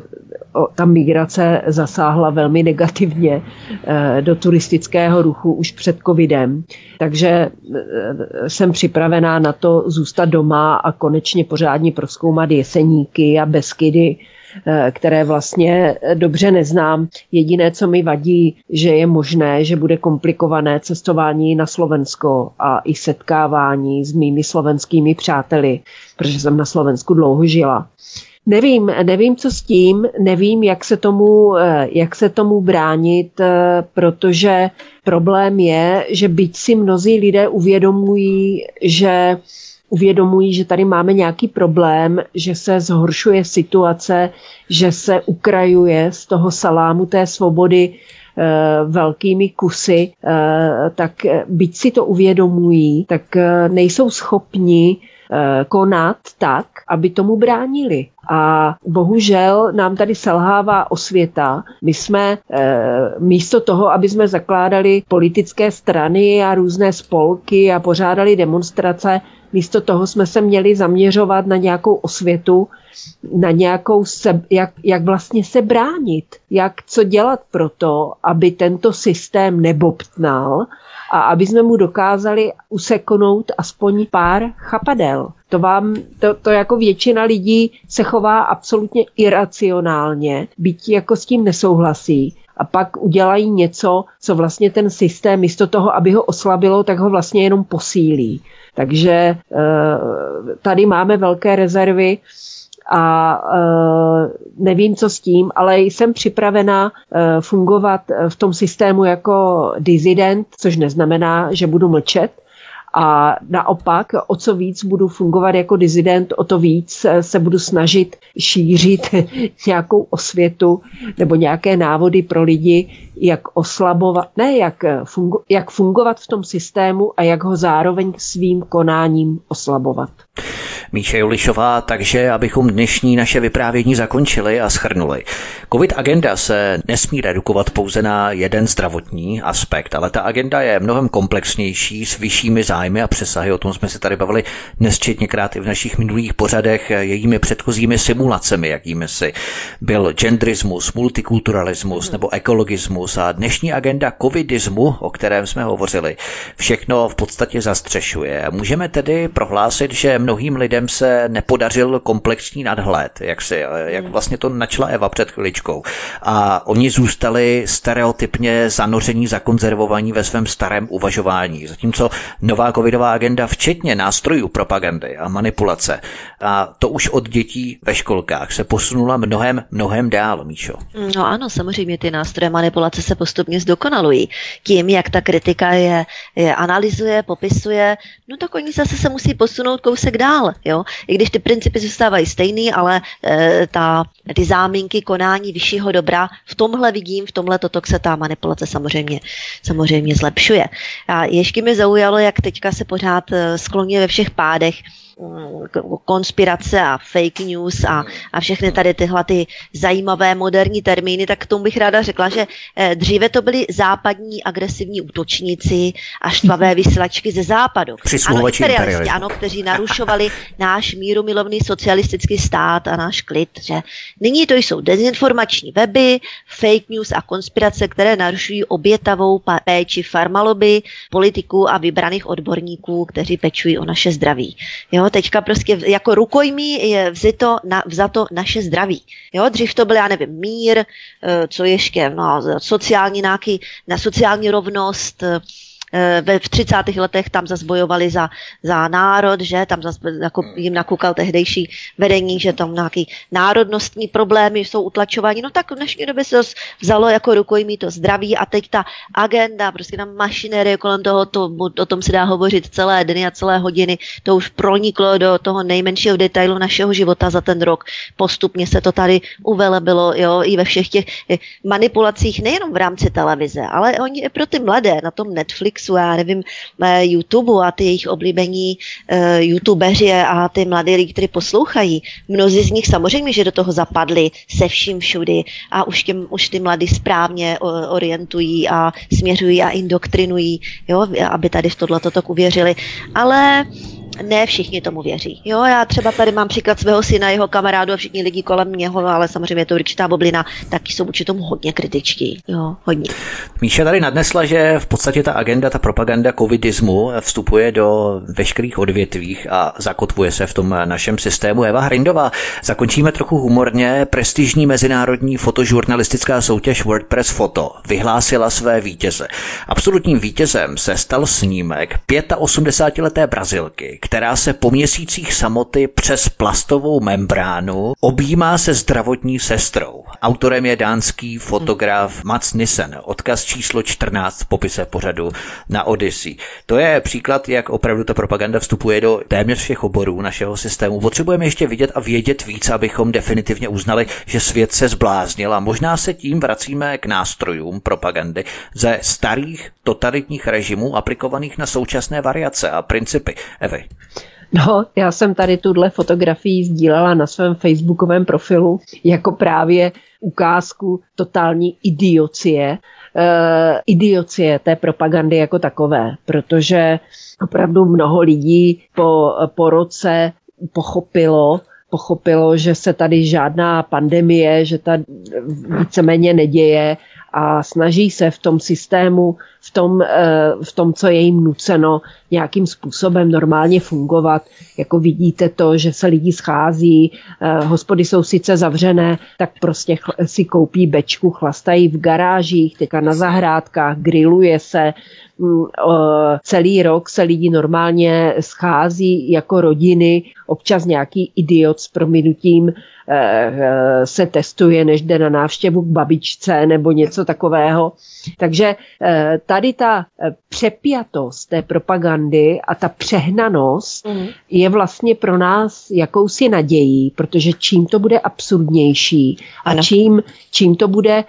ta migrace zasáhla velmi negativně do turistického ruchu už před covidem. Takže jsem připravená na to zůstat doma a konečně pořádně prozkoumat Jeseníky a Beskydy, které vlastně dobře neznám. Jediné, co mi vadí, že je možné, že bude komplikované cestování na Slovensko a i setkávání s mými slovenskými přáteli, protože jsem na Slovensku dlouho žila. Nevím, nevím, co s tím, nevím, jak se tomu, jak se tomu bránit, protože problém je, že byť si mnozí lidé uvědomují, že uvědomují, že tady máme nějaký problém, že se zhoršuje situace, že se ukrajuje z toho salámu té svobody e, velkými kusy, e, tak byť si to uvědomují, tak e, nejsou schopni e, konat tak, aby tomu bránili. A bohužel nám tady selhává osvěta. My jsme e, místo toho, aby jsme zakládali politické strany a různé spolky a pořádali demonstrace, místo toho jsme se měli zaměřovat na nějakou osvětu, na nějakou se, jak, jak vlastně se bránit, jak co dělat pro to, aby tento systém nebobtnal a aby jsme mu dokázali useknout aspoň pár chapadel. To vám, to, to jako většina lidí se chová absolutně iracionálně, byť jako s tím nesouhlasí. A pak udělají něco, co vlastně ten systém místo toho, aby ho oslabilo, tak ho vlastně jenom posílí. Takže tady máme velké rezervy a nevím, co s tím, ale jsem připravena fungovat v tom systému jako disident, což neznamená, že budu mlčet, A naopak, o co víc budu fungovat jako dizident, o to víc se budu snažit šířit nějakou osvětu nebo nějaké návody pro lidi, jak oslabovat, ne jak, fungu, jak fungovat v tom systému a jak ho zároveň svým konáním oslabovat. Míša Julišová, takže abychom dnešní naše vyprávění zakončili a shrnuli. Covid agenda se nesmí redukovat pouze na jeden zdravotní aspekt, ale ta agenda je mnohem komplexnější s vyššími zájmy a přesahy. O tom jsme se tady bavili nesčetněkrát i v našich minulých pořadech jejími předchozími simulacemi, jakými si byl genderismus, multikulturalismus nebo ekologismus a dnešní agenda covidismu, o kterém jsme hovořili, všechno v podstatě zastřešuje. Můžeme tedy prohlásit, že mnohým lidem se nepodařil komplexní nadhled, jak, si, jak vlastně to načala Eva před chviličkou. A oni zůstali stereotypně zanoření, zakonzervovaní ve svém starém uvažování. Zatímco nová covidová agenda, včetně nástrojů propagandy a manipulace, a to už od dětí ve školkách, se posunula mnohem, mnohem dál, Míšo. No ano, samozřejmě ty nástroje manipulace se postupně zdokonalují. Tím, jak ta kritika je, je analyzuje, popisuje, no tak oni zase se musí posunout kousek dál. Jo? I když ty principy zůstávají stejný, ale e, ta, ty záminky konání vyššího dobra, v tomhle vidím, v tomhle toto se ta manipulace samozřejmě, samozřejmě zlepšuje. A ještě mi zaujalo, jak teďka se pořád skloňuje ve všech pádech konspirace a fake news a, a všechny tady tyhle ty zajímavé moderní termíny, tak k tomu bych ráda řekla, že dříve to byli západní agresivní útočníci a štvavé vysílačky ze západu. Ano, imperialisti, ano, kteří narušovali náš mírumilovný socialistický stát a náš klid. Že? Nyní to jsou dezinformační weby, fake news a konspirace, které narušují obětavou péči farmalobby, politiků a vybraných odborníků, kteří pečují o naše zdraví. Jo, teďka prostě jako rukojmí je vzato, na, vzato naše zdraví. Jo, dřív to byl, já nevím, mír, co ještě, no, sociální nějaký, na sociální rovnost, ve v třicátých letech tam zase bojovali za, za národ, že tam zase jako jim nakukal tehdejší vedení, že tam nějaký národnostní problémy jsou utlačováni. No tak v dnešní době se zase vzalo jako rukojmí to zdraví a teď ta agenda, prostě na mašinérie kolem toho, to, o tom se dá hovořit celé dny a celé hodiny, to už proniklo do toho nejmenšího detailu našeho života za ten rok. Postupně se to tady uvelebilo, jo, i ve všech těch manipulacích, nejenom v rámci televize, ale oni pro ty mladé na tom Netflixu, já nevím, YouTube a ty jejich oblíbení uh, youtubeři a ty mladí lidi, kteří poslouchají. Mnozí z nich samozřejmě, že do toho zapadli se vším všudy a už, těm, už ty mladí správně orientují a směřují a indoktrinují, jo, aby tady v tohleto tak uvěřili. Ale ne všichni tomu věří. Jo, já třeba tady mám příklad svého syna, jeho kamarádu a všichni lidi kolem něho, ale samozřejmě je to určitá bublina, taky jsou určitě tomu hodně kritičtí. Jo, hodně. Míša tady nadnesla, že v podstatě ta agenda, ta propaganda covidismu vstupuje do veškerých odvětvích a zakotvuje se v tom našem systému. Eva Hrindová, zakončíme trochu humorně. Prestižní mezinárodní fotožurnalistická soutěž WordPress Photo vyhlásila své vítěze. Absolutním vítězem se stal snímek osmdesátileté Brazilky, která se po měsících samoty přes plastovou membránu objímá se zdravotní sestrou. Autorem je dánský fotograf Mats Nissen. Odkaz číslo čtrnáct v popise pořadu na Odyssey. To je příklad, jak opravdu ta propaganda vstupuje do téměř všech oborů našeho systému. Potřebujeme ještě vidět a vědět víc, abychom definitivně uznali, že svět se zbláznil a možná se tím vracíme k nástrojům propagandy ze starých totalitních režimů aplikovaných na současné variace a principy. Evy. No, já jsem tady tuhle fotografii sdílela na svém facebookovém profilu jako právě ukázku totální idiocie, uh, idiocie té propagandy jako takové, protože opravdu mnoho lidí po, po roce pochopilo, pochopilo, že se tady žádná pandemie, že ta víceméně neděje a snaží se v tom systému, v tom, v tom, co je jim nuceno, nějakým způsobem normálně fungovat. Jako vidíte to, že se lidi schází, hospody jsou sice zavřené, tak prostě si koupí bečku, chlastají v garážích, teďka na zahrádkách, grilluje se, celý rok se lidi normálně schází jako rodiny, občas nějaký idiot s prominutím se testuje, než jde na návštěvu k babičce nebo něco takového. Takže tady ta přepjatost té propagandy a ta přehnanost mm. je vlastně pro nás jakousi nadějí, protože čím to bude absurdnější a čím, čím to bude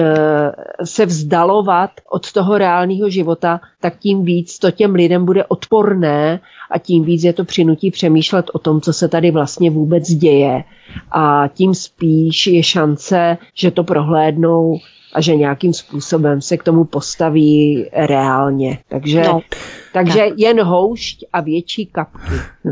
se vzdalovat od toho reálného života, tak tím víc to těm lidem bude odporné a tím víc je to přinutí přemýšlet o tom, co se tady vlastně vůbec děje. A tím spíš je šance, že to prohlédnou a že nějakým způsobem se k tomu postaví reálně. Takže, no, takže tak. Jen houšť a větší kapky.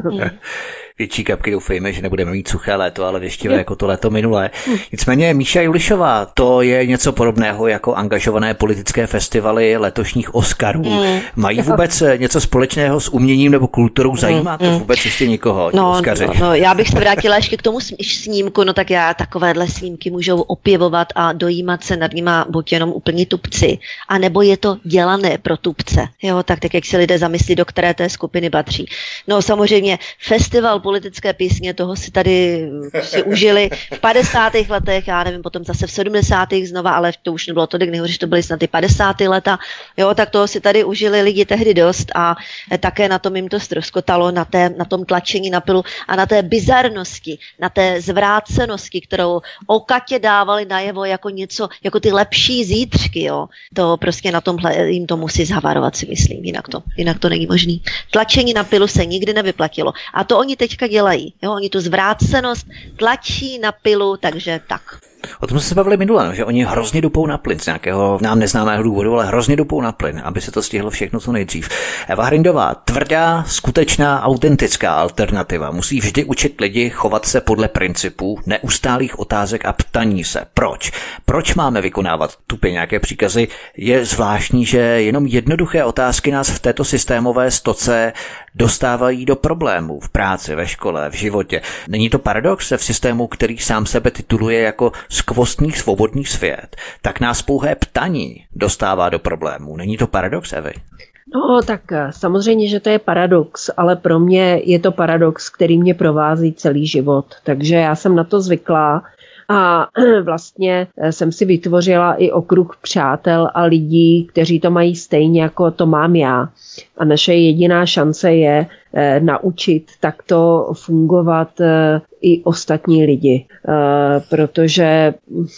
Větší kapky, doufejme, že nebudeme mít suché léto, ale věštivé jako to léto minulé. Nicméně Míša Julišová, to je něco podobného jako angažované politické festivaly letošních Oscarů. Mm. Mají vůbec něco společného s uměním nebo kulturou? Zajímá to vůbec ještě někoho? No, Oscaři? No, no, já bych se vrátila ještě k tomu snímku, no tak já takovéhle snímky můžou opěvovat a dojímat se nad nima buď jenom úplně tupci, anebo je to dělané pro tupce. Jo, tak, tak jak si lidé zamyslí, do které té skupiny patří. No samozřejmě festival politické písně, toho si tady si užili v padesátých letech, já nevím, potom zase v sedmdesátých znova, ale to už nebylo tolik, nehoř, to byly snad ty padesátá leta, jo, tak toho si tady užili lidi tehdy dost a také na tom jim to ztroskotalo, na, té, na tom tlačení na pilu a na té bizarnosti, na té zvrácenosti, kterou okatě dávali najevo jako něco, jako ty lepší zítřky, jo, to prostě na tomhle jim to musí zhavarovat, si myslím, jinak to, jinak to není možný. Tlačení na pilu se nikdy nevyplatilo a to oni teďka dělají. Jo? Oni tu zvrácenost tlačí na pilu, takže tak. O tom jsme se bavili minule, no, že oni hrozně dupou na plyn z nějakého nám neznámého důvodu, ale hrozně dupou na plyn, aby se to stihlo všechno co nejdřív. Eva Hrindová, tvrdá, skutečná, autentická alternativa musí vždy učit lidi chovat se podle principů neustálých otázek a ptaní se. Proč? Proč máme vykonávat tupě nějaké příkazy? Je zvláštní, že jenom jednoduché otázky nás v této systémové stoce dostávají do problémů v práci, ve škole, v životě. Není to paradox v systému, který sám sebe tituluje jako skvostný svobodný svět, tak nás pouhé ptaní dostává do problémů. Není to paradox, Evy? No tak samozřejmě, že to je paradox, ale pro mě je to paradox, který mě provází celý život. Takže já jsem na to zvyklá a vlastně jsem si vytvořila i okruh přátel a lidí, kteří to mají stejně, jako to mám já. A naše jediná šance je eh, naučit takto fungovat eh, i ostatní lidi. Eh, protože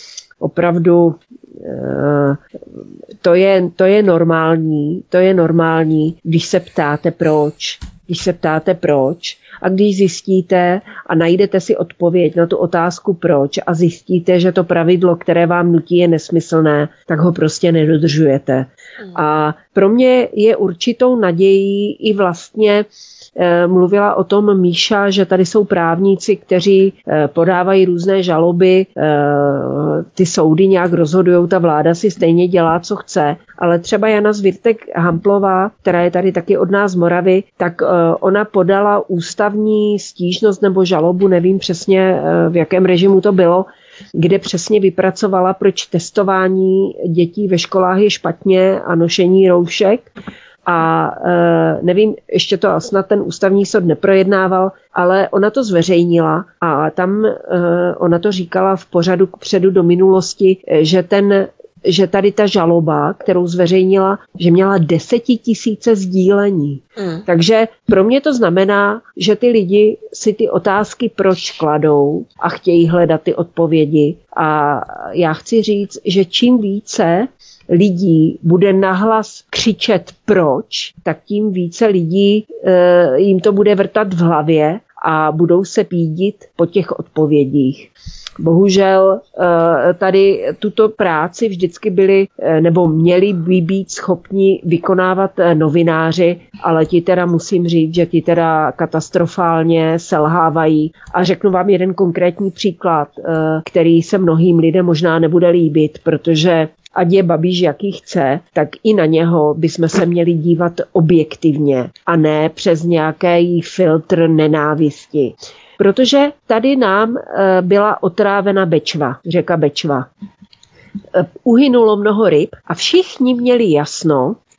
opravdu eh, to je, to je normální, to je normální, když se ptáte proč. Když se ptáte proč a když zjistíte a najdete si odpověď na tu otázku proč a zjistíte, že to pravidlo, které vám nutí, je nesmyslné, tak ho prostě nedodržujete. A pro mě je určitou nadějí i vlastně mluvila o tom Míša, že tady jsou právníci, kteří podávají různé žaloby, ty soudy nějak rozhodují, ta vláda si stejně dělá, co chce, ale třeba Jana Zvirtek-Hamplová, která je tady taky od nás z Moravy, tak ona podala ústavní stížnost nebo žalobu, nevím přesně, v jakém režimu to bylo, kde přesně vypracovala, proč testování dětí ve školách je špatně a nošení roušek. A e, nevím, ještě to snad ten ústavní soud neprojednával, ale ona to zveřejnila a tam e, ona to říkala v pořadu předu do minulosti, že ten že tady ta žaloba, kterou zveřejnila, že měla desetitisíce sdílení. Mm. Takže pro mě to znamená, že ty lidi si ty otázky proč kladou a chtějí hledat ty odpovědi. A já chci říct, že čím více lidí bude nahlas křičet proč, tak tím více lidí e, jim to bude vrtat v hlavě a budou se pídit po těch odpovědích. Bohužel tady tuto práci vždycky byli nebo měli by být schopni vykonávat novináři, ale ti teda musím říct, že ti teda katastrofálně selhávají. A řeknu vám jeden konkrétní příklad, který se mnohým lidem možná nebude líbit, protože ať je Babiš jaký chce, tak i na něho bychom se měli dívat objektivně a ne přes nějaký filtr nenávisti. Protože tady nám byla otrávena Bečva, řeka Bečva. Uhynulo mnoho ryb a všichni měli jasno,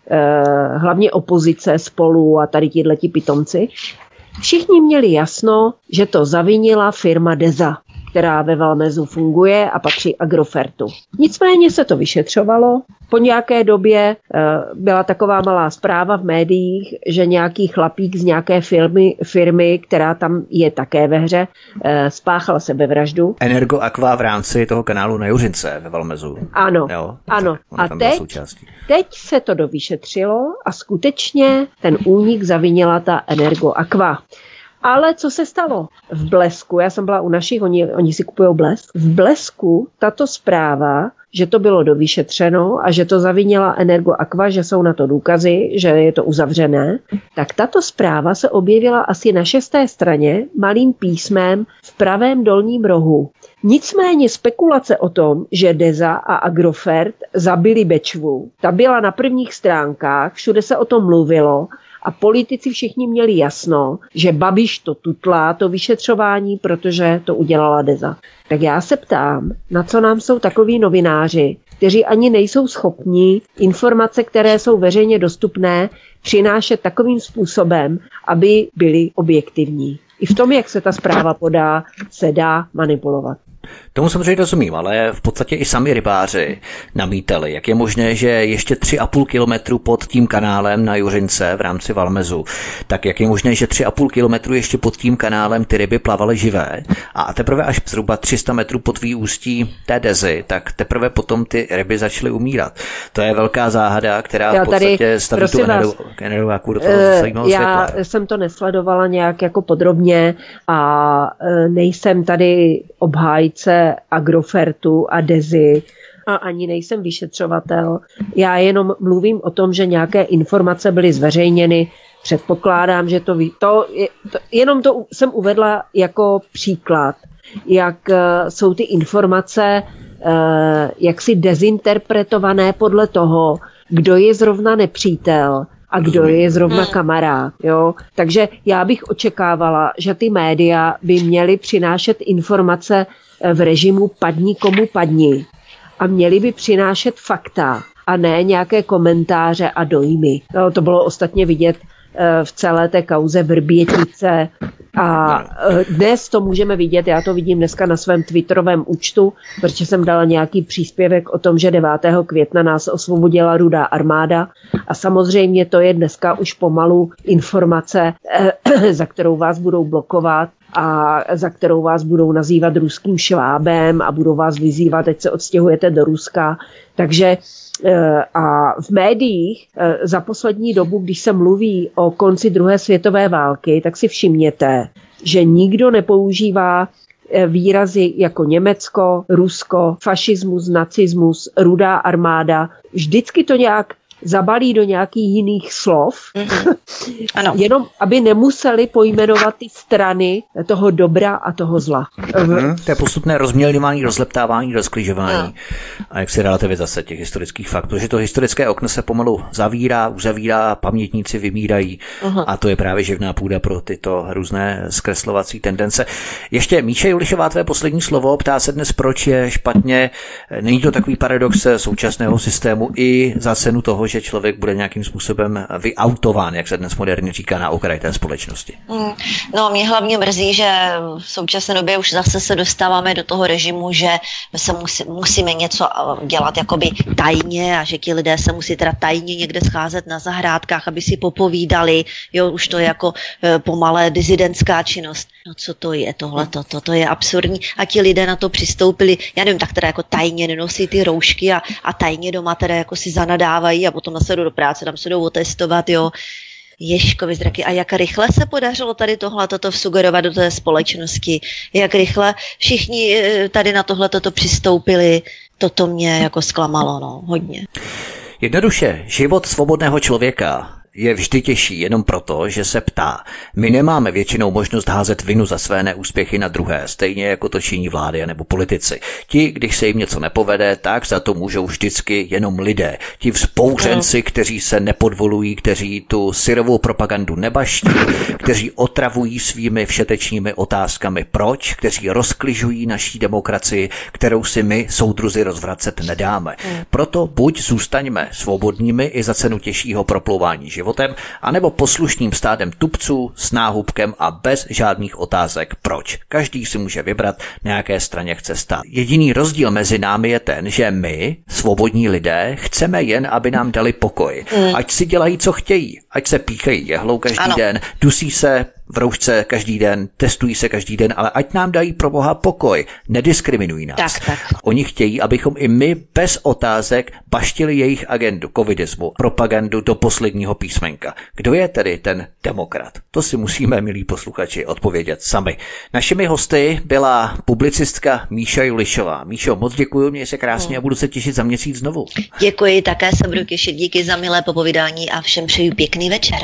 hlavně opozice Spolu a tady tihleti pitomci, všichni měli jasno, že to zavinila firma Deza, která ve Valmezu funguje a patří Agrofertu. Nicméně se to vyšetřovalo. Po nějaké době byla taková malá zpráva v médiích, že nějaký chlapík z nějaké firmy, firmy, která tam je také ve hře, spáchal sebevraždu. Energo Aqua v rámci toho kanálu na Juřince ve Valmezu. Ano, jo, ano. A teď, teď se to dovyšetřilo a skutečně ten únik zavinila ta Energo Aqua. Ale co se stalo? V Blesku, já jsem byla u našich, oni, oni si kupují Blesk. V Blesku tato zpráva, že to bylo dovyšetřeno a že to zavinila Energo Aqua, že jsou na to důkazy, že je to uzavřené, tak tato zpráva se objevila asi na šesté straně malým písmem v pravém dolním rohu. Nicméně spekulace o tom, že Deza a Agrofert zabili Bečvu, ta byla na prvních stránkách, všude se o tom mluvilo, a politici všichni měli jasno, že Babiš to tutlá, to vyšetřování, protože to udělala Deza. Tak já se ptám, na co nám jsou takoví novináři, kteří ani nejsou schopni informace, které jsou veřejně dostupné, přinášet takovým způsobem, aby byly objektivní. I v tom, jak se ta zpráva podá, se dá manipulovat. Tomu samozřejmě rozumím, ale v podstatě i sami rybáři namítali, jak je možné, že ještě tři a půl kilometru pod tím kanálem na Juřince v rámci Valmezu, tak jak je možné, že tři a půl kilometru ještě pod tím kanálem ty ryby plavaly živé a teprve až zhruba tři sta metrů pod výústí té Dezy, tak teprve potom ty ryby začaly umírat. To je velká záhada, která já v podstatě tady, staví tu energováku do toho zajímavého Já světla. Jsem to nesledovala nějak jako podrobně a nejsem tady obhájce Agrofertu a Dezy a ani nejsem vyšetřovatel. Já jenom mluvím o tom, že nějaké informace byly zveřejněny. Předpokládám, že to, ví, to, to jenom to jsem uvedla jako příklad, jak jsou ty informace jaksi dezinterpretované podle toho, kdo je zrovna nepřítel a kdo je zrovna kamarád. Jo? Takže já bych očekávala, že ty média by měly přinášet informace v režimu padni komu padni a měly by přinášet fakta a ne nějaké komentáře a dojmy. No, to bylo ostatně vidět v celé té kauze Vrbětice a dnes to můžeme vidět, já to vidím dneska na svém twitterovém účtu, protože jsem dala nějaký příspěvek o tom, že devátého května nás osvobodila Rudá armáda a samozřejmě to je dneska už pomalu informace, za kterou vás budou blokovat a za kterou vás budou nazývat ruským švábem a budou vás vyzývat, ať se odstěhujete do Ruska. Takže a v médiích za poslední dobu, když se mluví o konci druhé světové války, tak si všimněte, že nikdo nepoužívá výrazy jako Německo, Rusko, fašismus, nacismus, Rudá armáda. Vždycky to nějak zabalí do nějakých jiných slov, mm-hmm. Ano. Jenom aby nemuseli pojmenovat ty strany toho dobra a toho zla. Mm-hmm. To je postupné rozmělňování, rozleptávání, rozkližování no. A jak si relativizace těch historických faktů, že to historické okno se pomalu zavírá, uzavírá, pamětníci vymírají uh-huh. a to je právě živná půda pro tyto různé zkreslovací tendence. Ještě Míše Julišová, tvé poslední slovo, ptá se dnes, proč je špatně, není to takový paradox současného systému i za cenu toho, že člověk bude nějakým způsobem vyautován, jak se dnes moderně říká, na okraj té společnosti. Hmm. No, mě hlavně mrzí, že v současné době už zase se dostáváme do toho režimu, že se musí, musíme něco dělat jakoby tajně a že ti lidé se musí teda tajně někde scházet na zahrádkách, aby si popovídali, jo, už to je jako e, pomalé dizidentská činnost. No co to je tohleto, to, to je absurdní a ti lidé na to přistoupili, já nevím, tak teda jako tajně nenosí ty roušky a, a tajně doma teda jako si zanadávají a potom zase jdou do práce, tam se jdou otestovat, jo. Ježkovi zraky. A jak rychle se podařilo tady tohle toto vsugerovat do té společnosti? Jak rychle všichni tady na tohle toto přistoupili? Toto mě jako zklamalo, no, hodně. Jednoduše, život svobodného člověka je vždy těžší jenom proto, že se ptá. My nemáme většinou možnost házet vinu za své neúspěchy na druhé, stejně jako to činí vlády nebo politici. Ti, když se jim něco nepovede, tak za to můžou vždycky jenom lidé. Ti vzbouřenci, kteří se nepodvolují, kteří tu syrovou propagandu nebaští, kteří otravují svými všetečními otázkami proč, kteří rozkližují naší demokracii, kterou si my, soudruzi, rozvracet nedáme. Proto buď zůstaňme svobodnými i za cenu těžšího proplouvání životem, anebo poslušným stádem tupců s náhubkem a bez žádných otázek proč. Každý si může vybrat, na jaké straně chce stát. Jediný rozdíl mezi námi je ten, že my, svobodní lidé, chceme jen, aby nám dali pokoj. Ať si dělají, co chtějí, ať se píchají jehlou každý ano. den, dusí se v roušce každý den, testují se každý den, ale ať nám dají pro Boha pokoj, nediskriminují nás. Tak, tak. Oni chtějí, abychom i my bez otázek baštili jejich agendu covidismu, propagandu do posledního písmenka. Kdo je tedy ten demokrat? To si musíme, milí posluchači, odpovědět sami. Našimi hosty byla publicistka Míša Julišová. Míšo, moc děkuji, měj se krásně a budu se těšit za měsíc znovu. Děkuji, také se budu těšit, díky za milé popovídání a všem přeju pěkný večer.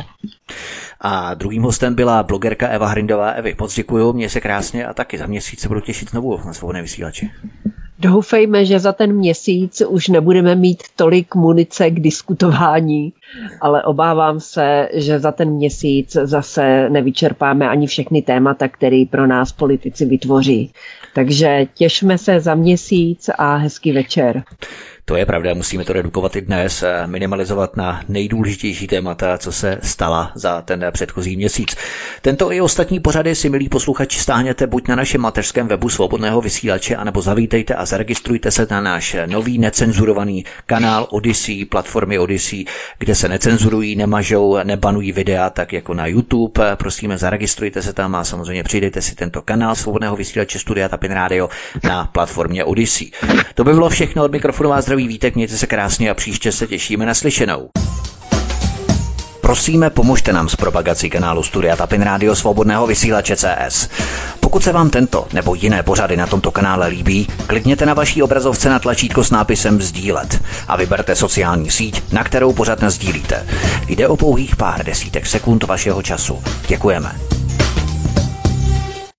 A druhým hostem byla blogerka Eva Hrindová. Evi, moc děkuju, měj se krásně a taky za měsíc se budu těšit znovu na Svobodné vysílači. Doufejme, že za ten měsíc už nebudeme mít tolik munice k diskutování, ale obávám se, že za ten měsíc zase nevyčerpáme ani všechny témata, které pro nás politici vytvoří. Takže těšme se za měsíc a hezký večer. To je pravda, musíme to redukovat i dnes, minimalizovat na nejdůležitější témata, co se stala za ten předchozí měsíc. Tento i ostatní pořady si, milí posluchači, stáhněte buď na našem mateřském webu Svobodného vysílače, anebo zavítejte a zaregistrujte se na náš nový necenzurovaný kanál Odyssey, platformy Odyssey, kde se necenzurují, nemažou, nebanují videa, tak jako na YouTube. Prosíme, zaregistrujte se tam a samozřejmě přidejte si tento kanál Svobodného vysílače Studia Tapin Radio na platformě Odyssey. To by bylo všechno, od mikrofonu vás zdraví Vítek, mějte se krásně a příště se těšíme na slyšenou. Prosíme, pomožte nám s propagací kanálu Studia Tapin Radio Svobodného vysílače C S. Pokud se vám tento nebo jiné pořady na tomto kanále líbí, klikněte na vaší obrazovce na tlačítko s nápisem sdílet a vyberte sociální síť, na kterou pořad nasdílíte. Jde o pouhých pár desítek sekund vašeho času. Děkujeme.